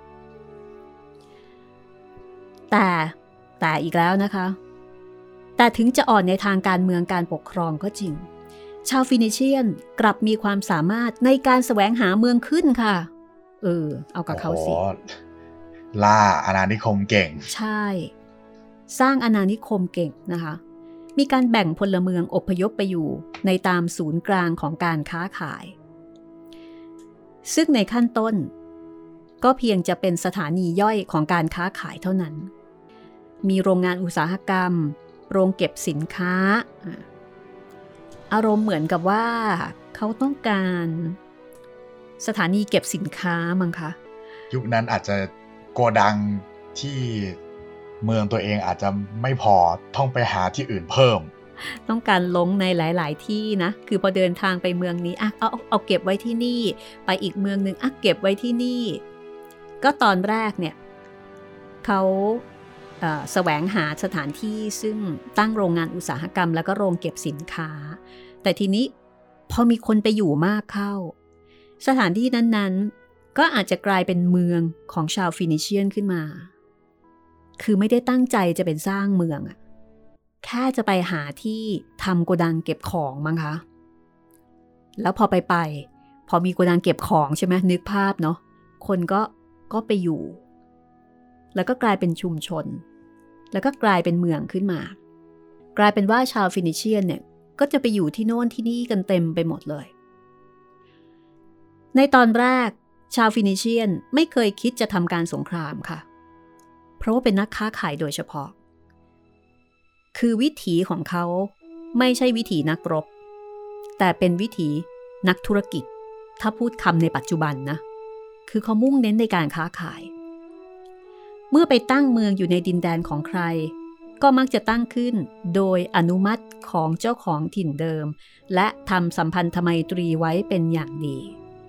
แต่อีกแล้วนะคะแต่ถึงจะอ่อนในทางการเมืองการปกครองก็จริงชาวฟินิเชียนกลับมีความสามารถในการแสวงหาเมืองขึ้นค่ะเอากับเขาสิล่าอาณานิคมเก่งใช่สร้างอาณานิคมเก่งนะคะมีการแบ่งพลเมืองอพยพไปอยู่ในตามศูนย์กลางของการค้าขายซึ่งในขั้นต้นก็เพียงจะเป็นสถานีย่อยของการค้าขายเท่านั้นมีโรงงานอุตสาหกรรมโรงเก็บสินค้าอารมณ์เหมือนกับว่าเขาต้องการสถานีเก็บสินค้ามั้งคะยุคนั้นอาจจะโกดังที่เมืองตัวเองอาจจะไม่พอต้องไปหาที่อื่นเพิ่มต้องการลงในหลายๆที่นะคือพอเดินทางไปเมืองนี้เอาเก็บไว้ที่นี่ไปอีกเมืองนึงเก็บไว้ที่นี่ก็ตอนแรกเนี่ยเขาแสวงหาสถานที่ซึ่งตั้งโรงงานอุตสาหกรรมแล้วก็โรงเก็บสินค้าแต่ทีนี้พอมีคนไปอยู่มากเข้าสถานที่นั้นๆก็อาจจะกลายเป็นเมืองของชาวฟินิเชียนขึ้นมาคือไม่ได้ตั้งใจจะเป็นสร้างเมืองอะแค่จะไปหาที่ทำโกดังเก็บของมั้งคะแล้วพอพอมีโกดังเก็บของใช่ไหมนึกภาพเนาะคนก็ไปอยู่แล้วก็กลายเป็นชุมชนแล้วก็กลายเป็นเมืองขึ้นมากลายเป็นว่าชาวฟินิเชียนเนี่ยก็จะไปอยู่ที่โน่นที่นี่กันเต็มไปหมดเลยในตอนแรกชาวฟินิเชียนไม่เคยคิดจะทำการสงครามค่ะเพราะว่าเป็นนักค้าขายโดยเฉพาะคือวิถีของเขาไม่ใช่วิถีนักรบแต่เป็นวิถีนักธุรกิจถ้าพูดคำในปัจจุบันนะคือเขามุ่งเน้นในการค้าขายเมื่อไปตั้งเมืองอยู่ในดินแดนของใครก็มักจะตั้งขึ้นโดยอนุมัติของเจ้าของถิ่นเดิมและทำสัมพันธไมตรีไว้เป็นอย่างดี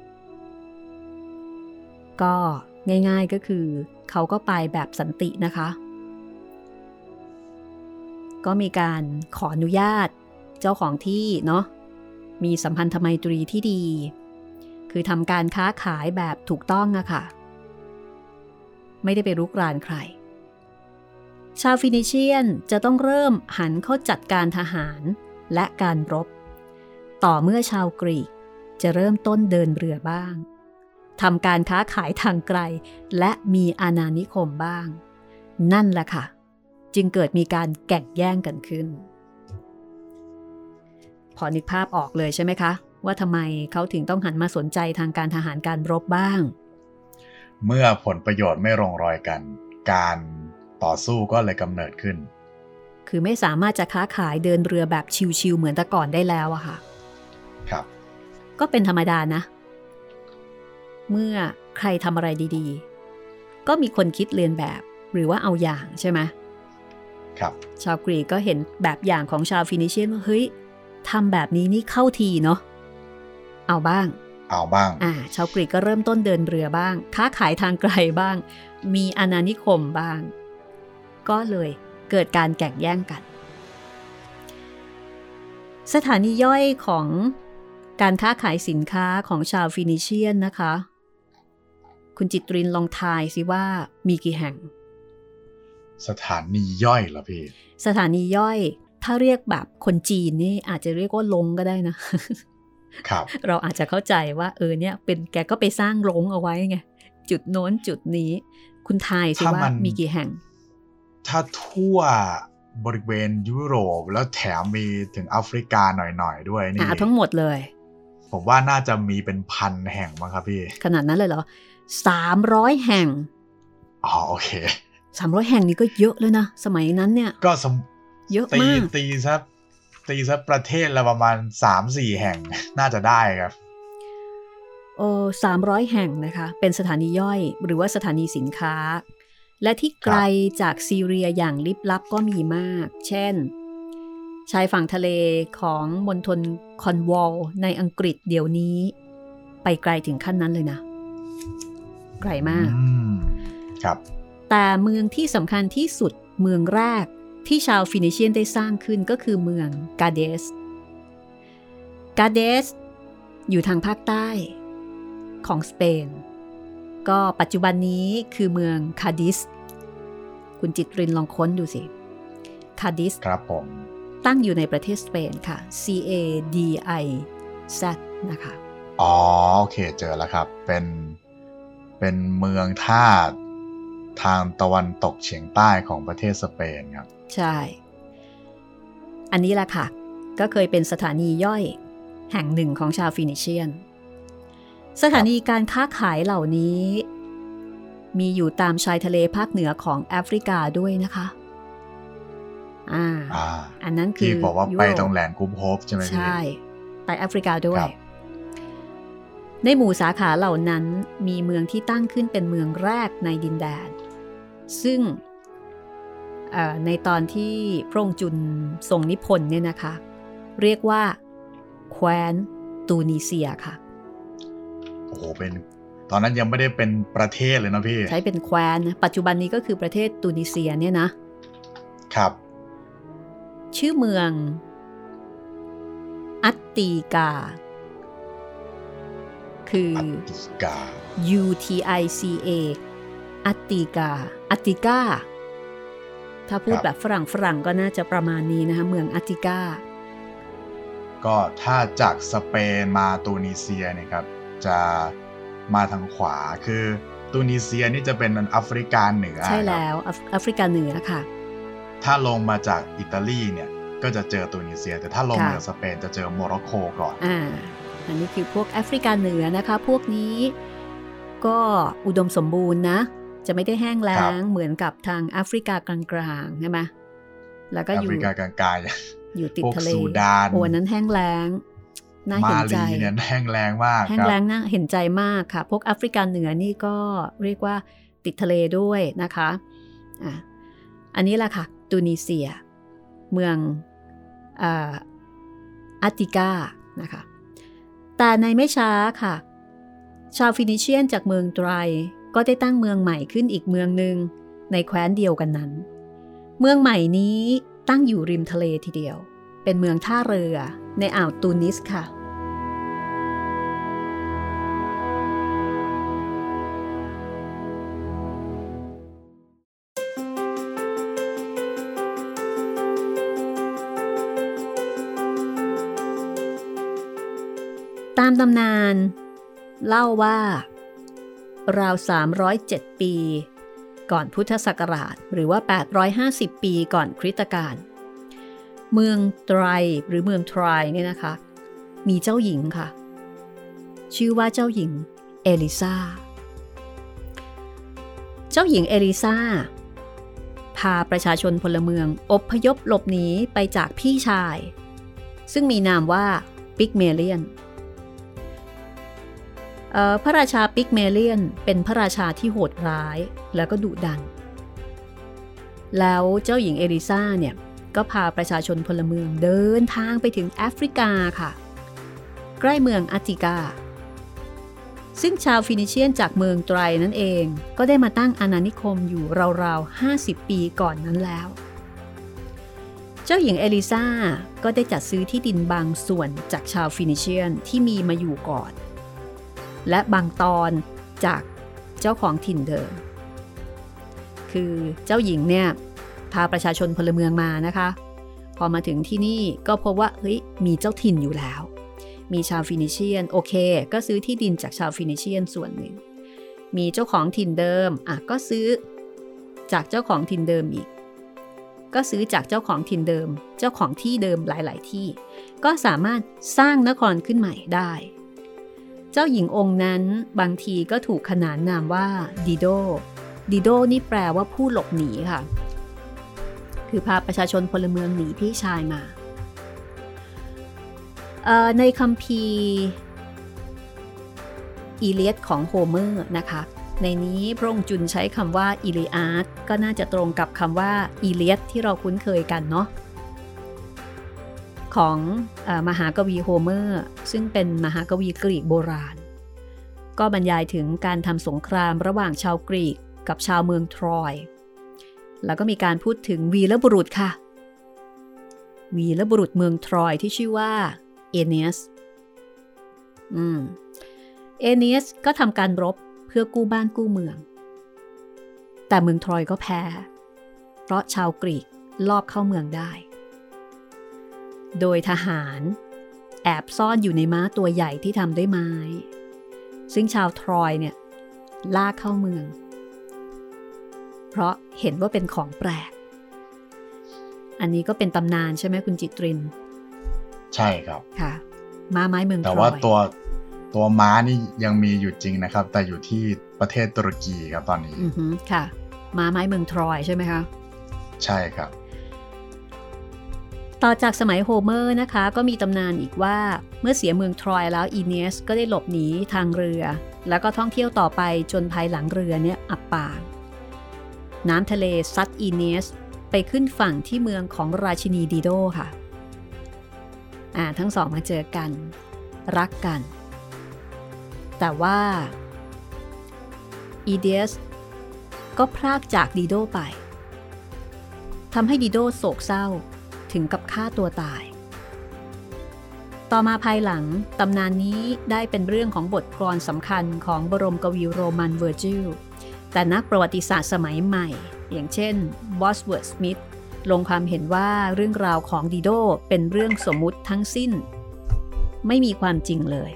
ก็ง่ายๆก็คือเขาก็ไปแบบสันตินะคะก็มีการขออนุญาตเจ้าของที่เนาะมีสัมพันธไมตรีที่ดีคือทำการค้าขายแบบถูกต้องอะค่ะไม่ได้ไปรุกรานใครชาวฟินิเชียนจะต้องเริ่มหันเข้าจัดการทหารและการรบต่อเมื่อชาวกรีกจะเริ่มต้นเดินเรือบ้างทำการค้าขายทางไกลและมีอาณานิคมบ้างนั่นแหละค่ะจึงเกิดมีการแข่งแย่งกันขึ้นพอนึกภาพออกเลยใช่ไหมคะว่าทำไมเขาถึงต้องหันมาสนใจทางการทหารการรบบ้างเมื่อผลประโยชน์ไม่ลงรอยกันการต่อสู้ก็เลยกำเนิดขึ้นคือไม่สามารถจะค้าขายเดินเรือแบบชิวๆเหมือนแต่ก่อนได้แล้วอะค่ะครับก็เป็นธรรมดานะเมื่อใครทำอะไรดีๆก็มีคนคิดเลียนแบบหรือว่าเอาอย่างใช่ไหมครับชาวกรีกก็เห็นแบบอย่างของชาวฟินิเชียนว่าเฮ้ยทำแบบนี้นี่เข้าทีเนาะเอาบ้างชาวกรีกก็เริ่มต้นเดินเรือบ้างค้าขายทางไกลบ้างมีอาณานิคมบ้างก็เลยเกิดการแข่งแย่งกันสถานีย่อยของการค้าขายสินค้าของชาวฟินิเชียนนะคะคุณจิตรินลองทายสิว่ามีกี่แห่งสถานีย่อยเหรอพี่สถานีย่อยถ้าเรียกแบบคนจีนนี่อาจจะเรียกว่าลงก็ได้นะครับเราอาจจะเข้าใจว่าเนี่ยเป็นแกก็ไปสร้างลงเอาไว้ไงจุดโน้นจุดนี้คุณทายสิว่ามีกี่แห่งถ้าทั่วบริเวณยุโรปแล้วแถมมีถึงแอฟริกาหน่อยๆด้วยนี่ทั้งหมดเลยผมว่าน่าจะมีเป็น1,000 แห่งมั้งครับพี่ขนาดนั้นเลยเหรอ300 แห่งโอเค 300 แห่งนี้ก็เยอะเลยนะสมัยนั้นเนี่ยก็เยอะมากตีซะประเทศละประมาณ 3-4 แห่งน่าจะได้ครับ 300 แห่งนะคะเป็นสถานีย่อยหรือว่าสถานีสินค้าและที่ไกลจากซีเรียอย่างลิบลับก็มีมากเช่นชายฝั่งทะเลของมณฑลคอนวอลในอังกฤษเดี๋ยวนี้ไปไกลถึงขั้นนั้นเลยนะไกลมากครับแต่เมืองที่สำคัญที่สุดเมืองแรกที่ชาวฟินิเชียนได้สร้างขึ้นก็คือเมืองกาเดสอยู่ทางภาคใต้ของสเปนก็ปัจจุบันนี้คือเมืองคาดิสคุณจิตรินลองค้นดูสิคาดิสครับผมตั้งอยู่ในประเทศสเปนค่ะ CADIZ นะคะอ๋อโอเคเจอแล้วครับเป็นเมืองท่าทางตะวันตกเฉียงใต้ของประเทศสเปนครับใช่อันนี้แหละค่ะก็เคยเป็นสถานีย่อยแห่งหนึ่งของชาวฟินิเชียนสถานีการค้าขายเหล่านี้มีอยู่ตามชายทะเลภาคเหนือของแอฟริกาด้วยนะคะอันนั้นคือที่บอกว่าไปตรงแหลนกุ๊บโฮปใช่ไหมใช่ไปแอฟริกาด้วยในหมู่สาขาเหล่านั้นมีเมืองที่ตั้งขึ้นเป็นเมืองแรกในดินแดนซึ่งในตอนที่พระองค์จุลทรงนิพนธ์เนี่ยนะคะเรียกว่าแคว้นตูนิเซียค่ะโอ้โหเป็นตอนนั้นยังไม่ได้เป็นประเทศเลยนะพี่ใช้เป็นแคว้นนะปัจจุบันนี้ก็คือประเทศตูนิเซียเนี่ยนะครับชื่อเมืองอัตติกาคือ UTICA อัตติกาถ้าพูดแบบฝรั่งก็น่าจะประมาณนี้นะคะเมืองอัตติกาก็ถ้าจากสเปนมาตูนิเซียเนี่ยครับจะมาทางขวาคือตูนิเซียนี่จะเป็นแอฟริกาเหนือใช่แล้วแอฟริกาเหนือค่ะถ้าลงมาจากอิตาลีเนี่ยก็จะเจอตูนิเซียแต่ถ้าลงมาจากสเปนจะเจอโมร็อกโกก่อนอันนี้คือพวกแอฟริกาเหนือนะคะพวกนี้ก็อุดมสมบูรณ์นะจะไม่ได้แห้งแล้งเหมือนกับทางแอฟริกากลางๆใช่ไหมแล้วก็อยู่แอฟริกากลางๆอยู่ติดทะเลโอ้นั้นแห้งแล้งน่าเห็นใจมาลีเนี่ยแห้งแล้งมากแห้งแล้งน่าเห็นใจมากค่ะพวกแอฟริกาเหนือนี่ก็เรียกว่าติดทะเลด้วยนะคะอันนี้แหละค่ะตูนิเซียเมืองอัตติกานะคะแต่ในไม่ช้าค่ะชาวฟินิเชียนจากเมืองไตรก็ได้ตั้งเมืองใหม่ขึ้นอีกเมืองหนึ่งในแคว้นเดียวกันนั้นเมืองใหม่นี้ตั้งอยู่ริมทะเลทีเดียวเป็นเมืองท่าเรือในอ่าวตูนิสค่ะตามตำนานเล่าว่าราว307ปีก่อนพุทธศักราชหรือว่า850ปีก่อนคริสตกาลเมืองไตรหรือเมืองไตรเนี่ยนะคะมีเจ้าหญิงค่ะชื่อว่าเจ้าหญิงเอลิซาเจ้าหญิงเอลิซาพาประชาชนพลเมืองอพยพหลบหนีไปจากพี่ชายซึ่งมีนามว่าปิกเมเลียนพระราชาปิกเมเลียนเป็นพระราชาที่โหดร้ายแล้วก็ดุดันแล้วเจ้าหญิงเอลิซาเนี่ยก็พาประชาชนพลเมืองเดินทางไปถึงแอฟริกาค่ะใกล้เมืองอัตติกาซึ่งชาวฟินิเชียนจากเมืองไตรนั่นเองก็ได้มาตั้งอาณานิคมอยู่ราวๆ50ปีก่อนนั้นแล้วเจ้าหญิงเอลิซาก็ได้จัดซื้อที่ดินบางส่วนจากชาวฟินิเชียนที่มีมาอยู่ก่อนและบางตอนจากเจ้าของถิ่นเดิมคือเจ้าหญิงเนี่ยพาประชาชนพลเมืองมานะคะพอมาถึงที่นี่ก็พบว่าเฮ้ยมีเจ้าถิ่นอยู่แล้วมีชาวฟินิเชียนโอเคก็ซื้อที่ดินจากชาวฟินิเชียนส่วนหนึ่งมีเจ้าของถิ่นเดิมก็ซื้อจากเจ้าของถิ่นเดิมอีกก็ซื้อจากเจ้าของถิ่นเดิมเจ้าของที่เดิมหลายๆที่ก็สามารถสร้างนครขึ้นใหม่ได้เจ้าหญิงองค์นั้นบางทีก็ถูกขนานนามว่าดิโดนี่แปลว่าผู้หลบหนีค่ะคือพาประชาชนพลเมืองหนีพี่ชายมาในคัมภีร์อีเลียดของโฮเมอร์นะคะในนี้พระองค์จุลใช้คำว่าอีลีอาดก็น่าจะตรงกับคำว่าอีเลียดที่เราคุ้นเคยกันเนาะของมหากวีโฮเมอร์ซึ่งเป็นมหากวีกรีกโบราณก็บรรยายถึงการทำสงครามระหว่างชาวกรีกกับชาวเมืองทรอยแล้วก็มีการพูดถึงวีรบุรุษค่ะวีรบุรุษเมืองทรอยที่ชื่อว่าเอเนียสเอเนียสก็ทำการรบเพื่อกู้บ้านกู้เมืองแต่เมืองทรอยก็แพ้เพราะชาวกรีกลอบเข้าเมืองได้โดยทหารแอบซ่อนอยู่ในม้าตัวใหญ่ที่ทำด้วยไม้ซึ่งชาวทรอยเนี่ยลากเข้าเมืองเพราะเห็นว่าเป็นของแปลกอันนี้ก็เป็นตำนานใช่ไหมคุณจิตรินใช่ครับค่ะม้าไม้เมืองทรอยแต่ว่าตัวม้านี่ยังมีอยู่จริงนะครับแต่อยู่ที่ประเทศตุรกีครับตอนนี้ค่ะม้าไม้เมืองทรอยใช่ไหมคะใช่ครับต่อจากสมัยโฮเมอร์นะคะก็มีตำนานอีกว่าเมื่อเสียเมืองทรอยแล้วอีเนียสก็ได้หลบหนีทางเรือแล้วก็ท่องเที่ยวต่อไปจนภายหลังเรือเนี่ยอับปางน้ำทะเลซัดอีเนียสไปขึ้นฝั่งที่เมืองของราชินีดิโดค่ะทั้งสองมาเจอกันรักกันแต่ว่าอีเนียสก็พรากจากดิโดไปทำให้ดิโดโศกเศร้าถึงกับฆ่าตัวตายต่อมาภายหลังตำนานนี้ได้เป็นเรื่องของบทกลอนสำคัญของบรมกวีโรมันเวอร์จิลแต่นักประวัติศาสตร์สมัยใหม่อย่างเช่นบอสเวิร์ธสมิธลงความเห็นว่าเรื่องราวของดิโดเป็นเรื่องสมมุติทั้งสิ้นไม่มีความจริงเลย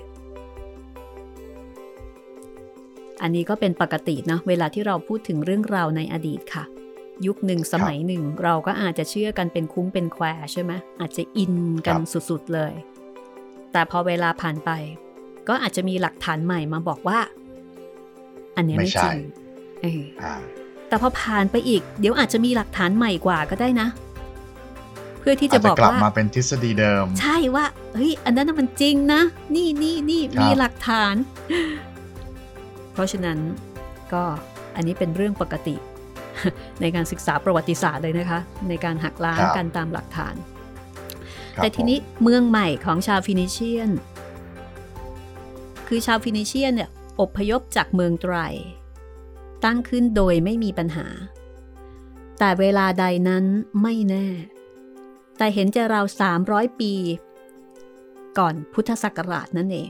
อันนี้ก็เป็นปกตินะเวลาที่เราพูดถึงเรื่องราวในอดีตค่ะยุคหนึ่งสมัยหนึ่งเราก็อาจจะเชื่อกันเป็นคุ้มเป็นแควใช่ไหมอาจจะอินกันสุดๆเลยแต่พอเวลาผ่านไปก็อาจจะมีหลักฐานใหม่มาบอกว่าอันนี้ไม่จริงแต่พอผ่านไปอีกเดี๋ยวอาจจะมีหลักฐานใหม่กว่าก็ได้นะเพื่อที่จะบอกว่ากลับมาเป็นทฤษฎีเดิมใช่ว่าเฮ้ยอันนั้นมันจริงนะนี่มีหลักฐานเพราะฉะนั้นก็อันนี้เป็นเรื่องปกติในการศึกษาประวัติศาสตร์เลยนะคะในการหักล้างกันตามหลักฐานแต่ทีนี้เมืองใหม่ของชาวฟินิเชียนคือชาวฟินิเชียนเนี่ยอพยพจากเมืองไตรตั้งขึ้นโดยไม่มีปัญหาแต่เวลาใดนั้นไม่แน่แต่เห็นจะราว300 ปีก่อนพุทธศักราชนั่นเอง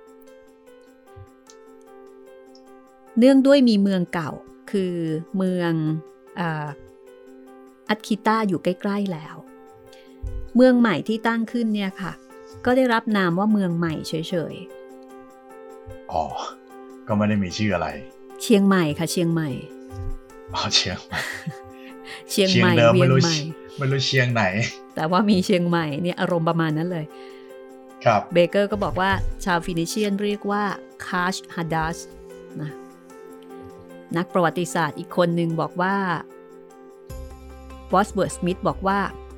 เนื่องด้วยมีเมืองเก่าคือเมืองอัตคิต้าอยู่ใกล้ๆแล้วเมืองใหม่ที่ตั้งขึ้นเนี่ยค่ะก็ได้รับนามว่าเมืองใหม่เฉยๆอ๋อก็ไม่ได้มีชื่ออะไรเชียงใหม่ค่ะเชียงใหม่เชียงใหม่เชียงใหม่เวียงใหม่ไม่รู้เชียงไหนแต่ว่ามีเชียงใหม่เนี่ยอารมณ์ประมาณนั้นเลยครับเบเกอร์ก็บอกว่าชาวฟินิเชียนเรียกว่าคาชฮาดัสนะนักประวัติศาสตร์อีกคนหนึ่งบอกว่าบอสเวิร์ธสมิธบอกว่า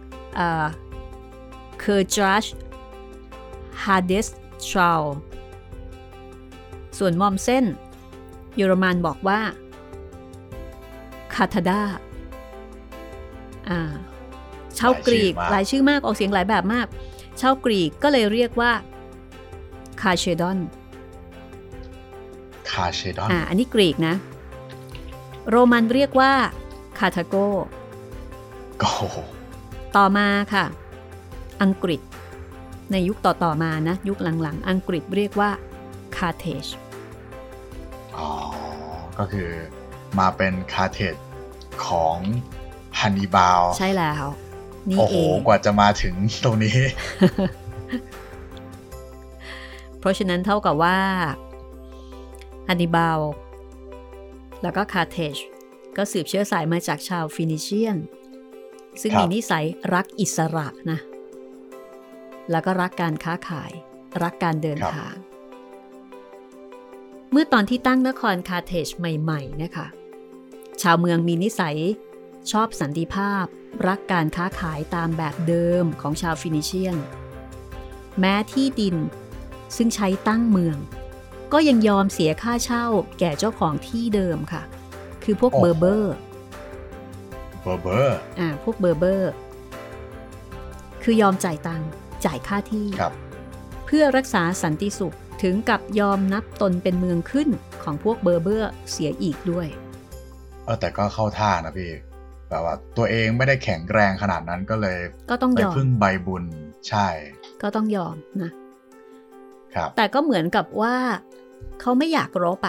เคอร์จัชฮาเดสชาลส่วนมอมเส้นเยอรมันบอกว่าคาทาดาชาวกรีกหลายชื่อมากออกเสียงหลายแบบมากชาวกรีกก็เลยเรียกว่าคาเชดอนอันนี้กรีกนะโรมันเรียกว่าคาทาโกต่อมาค่ะอังกฤษในยุคต่อมานะยุคหลังๆอังกฤษเรียกว่าคาร์เทจก็คือมาเป็นคาร์เทจของฮันนิบาลใช่แล้วนี่เองกว่าจะมาถึงตรงนี้เพราะฉะนั้นเท่ากับว่าฮันนิบาลแล้วก็คาร์เทจก็สืบเชื้อสายมาจากชาวฟินิเชียนซึ่งมีนิสัยรักอิสระนะแล้วก็รักการค้าขายรักการเดินทางเมื่อตอนที่ตั้งนครคาร์เทจใหม่ๆนะคะชาวเมืองมีนิสัยชอบสันติภาพรักการค้าขายตามแบบเดิมของชาวฟินิเชียนแม้ที่ดินซึ่งใช้ตั้งเมืองก็ยังยอมเสียค่าเช่าแก่เจ้าของที่เดิมค่ะคือพวกเบอร์เบอร์พวกเบอร์เบอร์คือยอมจ่ายตังค์จ่ายค่าที่เพื่อรักษาสันติสุขถึงกับยอมนับตนเป็นเมืองขึ้นของพวกเบอร์เบอร์เสียอีกด้วยแต่ก็เข้าท่านะพี่แบบว่าตัวเองไม่ได้แข็งแรงขนาดนั้นก็เลยก็ต้องยอมไปพึ่งใบบุญใช่ก็ต้องยอมนะแต่ก็เหมือนกับว่าเขาไม่อยากรบ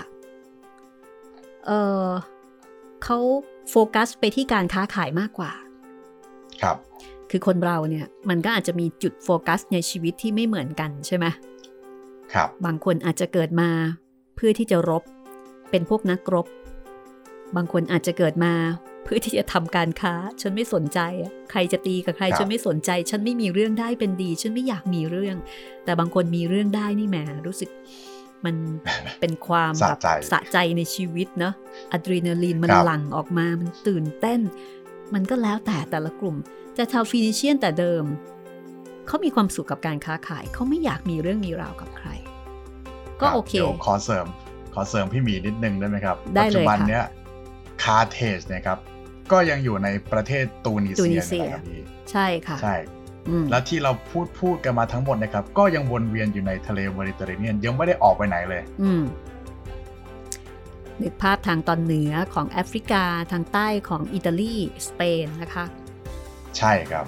เขาโฟกัสไปที่การค้าขายมากกว่าครับคือคนเราเนี่ยมันก็อาจจะมีจุดโฟกัสในชีวิตที่ไม่เหมือนกันใช่ไหมครับบางคนอาจจะเกิดมาเพื่อที่จะรบเป็นพวกนักรบบางคนอาจจะเกิดมาเพื่อที่จะทำการค้าฉันไม่สนใจใครจะตีกับใครฉันไม่สนใจฉันไม่มีเรื่องได้เป็นดีฉันไม่อยากมีเรื่องแต่บางคนมีเรื่องได้นี่แหมรู้สึกมันเป็นความแบบสะใจในชีวิตเนาะอะดรีนาลีนมันหลั่งออกมามันตื่นเต้นมันก็แล้วแต่ละกลุ่มแต่ชาวฟีนิเชียนแต่เดิมเขามีความสุขกับการค้าขายเขาไม่อยากมีเรื่องมีราวกับใครก็โอเคเดี๋ยวขอเสริมพี่หมีนิดนึงได้ไหมครับปัจจุบันเนี้ยคาร์เทจเนี่ยครับก็ยังอยู่ในประเทศตูนิเซียนะครับพี่ใช่ค่ะใช่แล้วที่เราพูดกันมาทั้งหมดนะครับก็ยังวนเวียนอยู่ในทะเลเมดิเตอร์เรเนียนยังไม่ได้ออกไปไหนเลยนึกภาพทางตอนเหนือของแอฟริกาทางใต้ของอิตาลีสเปนนะคะใช่ครับ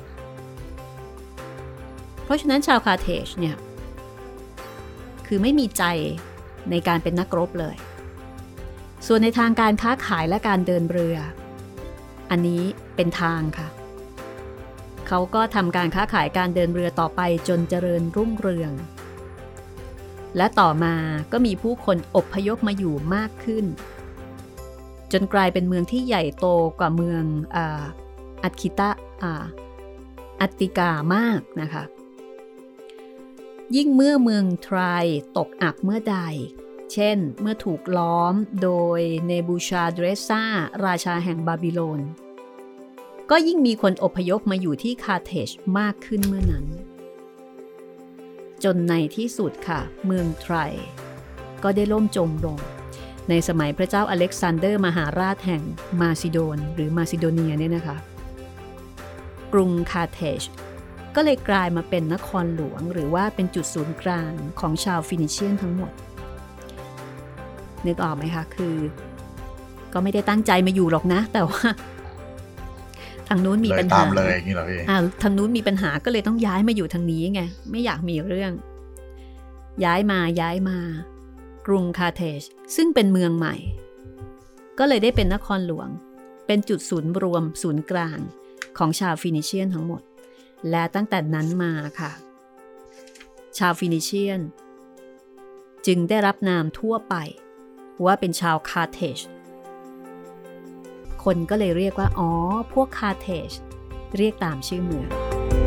เพราะฉะนั้นชาวคาร์เทจเนี่ยคือไม่มีใจในการเป็นนักรบเลยส่วนในทางการค้าขายและการเดินเรืออันนี้เป็นทางค่ะเขาก็ทำการค้าขายการเดินเรือต่อไปจนเจริญรุ่งเรืองและต่อมาก็มีผู้คนอพยพมาอยู่มากขึ้นจนกลายเป็นเมืองที่ใหญ่โตกว่าเมืองอัตติกามากนะคะยิ่งเมื่อเมืองไทรตกอับเมื่อใดเช่นเมื่อถูกล้อมโดยเนบูชาเดรสซาราชาแห่งบาบิโลนก็ยิ่งมีคนอพยพมาอยู่ที่คาร์เทจมากขึ้นเมื่อนั้นจนในที่สุดค่ะเมืองไทรก็ได้ล่มจมลงในสมัยพระเจ้าอเล็กซานเดอร์มหาราชแห่งมาซิโดนหรือมาซิโดเนียเนี่ยนะคะกรุงคาร์เทจก็เลยกลายมาเป็นนครหลวงหรือว่าเป็นจุดศูนย์กลางของชาวฟินิเชียนทั้งหมดนึกออกไหมคะคือก็ไม่ได้ตั้งใจมาอยู่หรอกนะแต่ว่าทางนู้นมีปัญหาเลยอย่างนี้เหรอพี่ทางนู้นมีปัญหาก็เลยต้องย้ายมาอยู่ทางนี้ไงไม่อยากมีเรื่องย้ายมากรุงคาร์เทจซึ่งเป็นเมืองใหม่ก็เลยได้เป็นนครหลวงเป็นจุดศูนย์รวมศูนย์กลางของชาวฟินิเชียนทั้งหมดและตั้งแต่นั้นมาค่ะชาวฟินิเชียนจึงได้รับนามทั่วไปว่าเป็นชาวคาร์เทจคนก็เลยเรียกว่าพวกคาร์เทจเรียกตามชื่อเมือง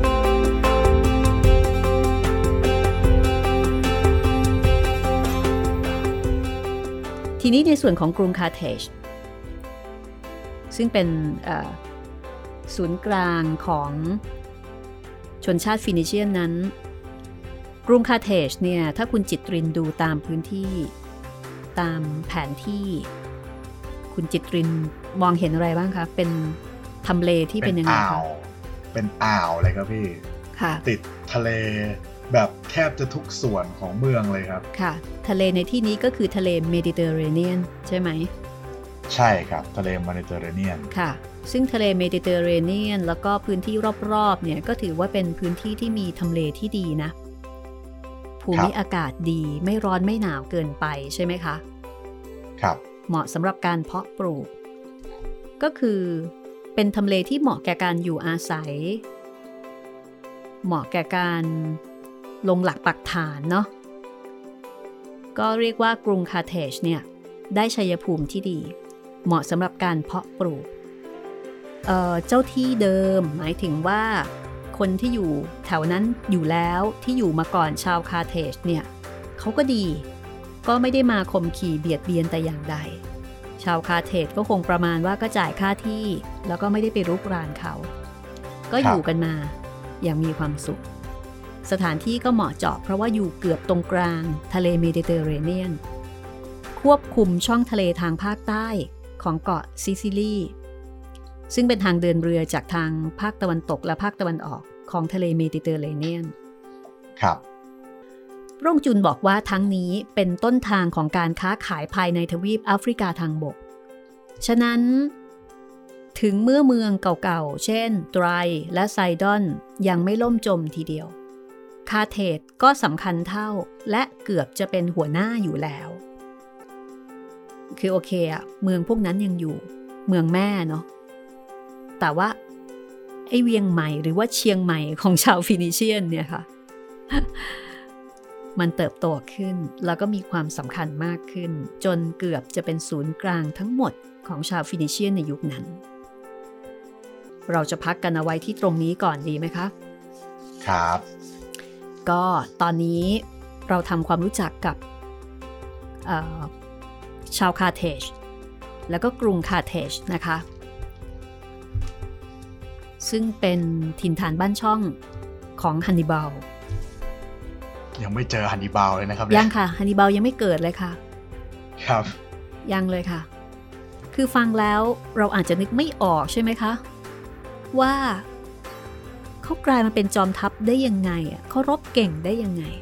ทีนี้ในส่วนของกรุงคาร์เทจซึ่งเป็นศูนย์กลางของชนชาติฟินิเชียนนั้นกรุงคาร์เทจเนี่ยถ้าคุณจิตรินดูตามพื้นที่ตามแผนที่คุณจิตรินมองเห็นอะไรบ้างคะเป็นทำเลที่เป็นยังไงคะเป็นอ่าวเลยครับพี่ติดทะเลแบบแทบจะทุกส่วนของเมืองเลยครับค่ะทะเลในที่นี้ก็คือทะเลเมดิเตอร์เรเนียนใช่ไหมใช่ครับทะเลเมดิเตอร์เรเนียนค่ะซึ่งทะเลเมดิเตอร์เรเนียนแล้วก็พื้นที่รอบๆเนี่ยก็ถือว่าเป็นพื้นที่ที่มีทำเลที่ดีนะภูมิอากาศดีไม่ร้อนไม่หนาวเกินไปใช่ไหมคะครับเหมาะสำหรับการเพาะปลูกก็คือเป็นทำเลที่เหมาะแก่การอยู่อาศัยเหมาะแก่การลงหลักปักฐานเนาะก็เรียกว่ากรุงคาร์เทจเนี่ยได้ชัยภูมิที่ดีเหมาะสำหรับการเพาะปลูกเจ้าที่เดิมหมายถึงว่าคนที่อยู่แถวนั้นอยู่แล้วที่อยู่มาก่อนชาวคาร์เทจเนี่ยเขาก็ดีก็ไม่ได้มาข่มขี่เบียดเบียนแต่อย่างใดชาวคาร์เทจก็คงประมาณว่าก็จ่ายค่าที่แล้วก็ไม่ได้ไปรุกรานเขาก็อยู่กันมาอย่างมีความสุขสถานที่ก็เหมาะเจาะเพราะว่าอยู่เกือบตรงกลางทะเลเมดิเตอร์เรเนียนควบคุมช่องทะเลทางภาคใต้ของเกาะซิซิลีซึ่งเป็นทางเดินเรือจากทางภาคตะวันตกและภาคตะวันออกของทะเลเมดิเตอร์เรเนียนครับพระองค์จุนบอกว่าทั้งนี้เป็นต้นทางของการค้าขายภายในทวีปแอฟริกาทางบกฉะนั้นถึงเมื่อเมืองเก่าๆเช่นไตรและไซดอนยังไม่ล่มจมทีเดียวคาร์เทจก็สำคัญเท่าและเกือบจะเป็นหัวหน้าอยู่แล้วคือโอเคอะเมืองพวกนั้นยังอยู่เมืองแม่เนาะแต่ว่าไอเวียงใหม่หรือว่าเชียงใหม่ของชาวฟินิเชียนเนี่ยค่ะมันเติบโตขึ้นแล้วก็มีความสำคัญมากขึ้นจนเกือบจะเป็นศูนย์กลางทั้งหมดของชาวฟินิเชียนในยุคนั้นเราจะพักกันเอาไว้ที่ตรงนี้ก่อนดีไหมคะครับก็ตอนนี้เราทำความรู้จักกับชาวคาร์เทจแล้วก็กรุงคาร์เทจนะคะซึ่งเป็นถิ่นฐานบ้านช่องของฮันนิบาลยังไม่เจอฮันนิบาลเลยนะครับยังค่ะฮันนิบาลยังไม่เกิดเลยค่ะครับยังเลยค่ะคือฟังแล้วเราอาจจะนึกไม่ออกใช่ไหมคะว่าเขากลายมาเป็นจอมทัพได้ยังไงเขารบเก่งได้ยังไง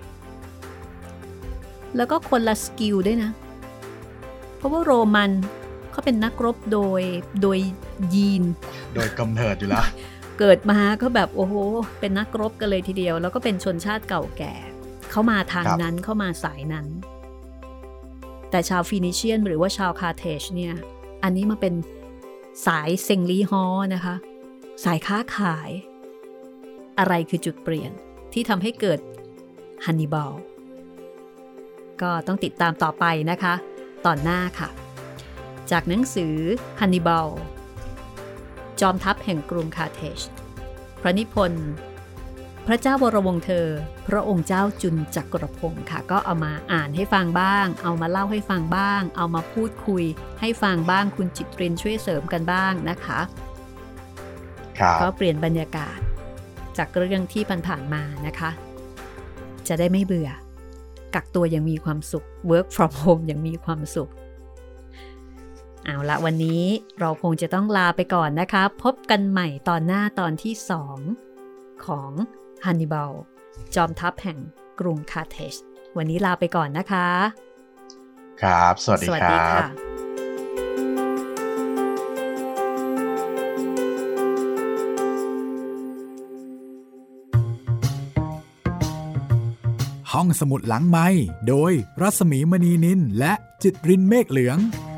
แล้วก็คนละสกิลด้วยนะเพราะว่าโรมันเขาเป็นนักรบโดยยีนโดยกำเนิดอยู่แล้วเกิดมาก็แบบโอ้โหเป็นนักรบกันเลยทีเดียวแล้วก็เป็นชนชาติเก่าแก่เขามาทางนั้นเข้ามาสายนั้นแต่ชาวฟินิเชียนหรือว่าชาวคาร์เทจเนี่ยอันนี้มาเป็นสายเซงลีฮอนะคะสายค้าขายอะไรคือจุดเปลี่ยนที่ทำให้เกิดฮันนิบาลก็ต้องติดตามต่อไปนะคะตอนหน้าค่ะจากหนังสือฮันนิบาลจอมทัพแห่งกรุงคาร์เทจพระนิพนธ์พระเจ้าวรวงศ์เธอพระองค์เจ้าจุนจักรพงศ์ค่ะก็เอามาอ่านให้ฟังบ้างเอามาเล่าให้ฟังบ้างเอามาพูดคุยให้ฟังบ้างคุณจิตรินช่วยเสริมกันบ้างนะคะก็เปลี่ยนบรรยากาศจากเรื่องที่ผ่านๆมานะคะจะได้ไม่เบื่อกักตัวยังมีความสุข work from home ยังมีความสุขเอาละวันนี้เราคงจะต้องลาไปก่อนนะคะพบกันใหม่ตอนหน้าตอนที่2ของฮันนิบาลจอมทัพแห่งกรุงคาร์เทจวันนี้ลาไปก่อนนะคะครับสวัสดีครับห้องสมุดหลังไมค์โดยรัศมีมณีนินและจิตรินเมฆเหลือง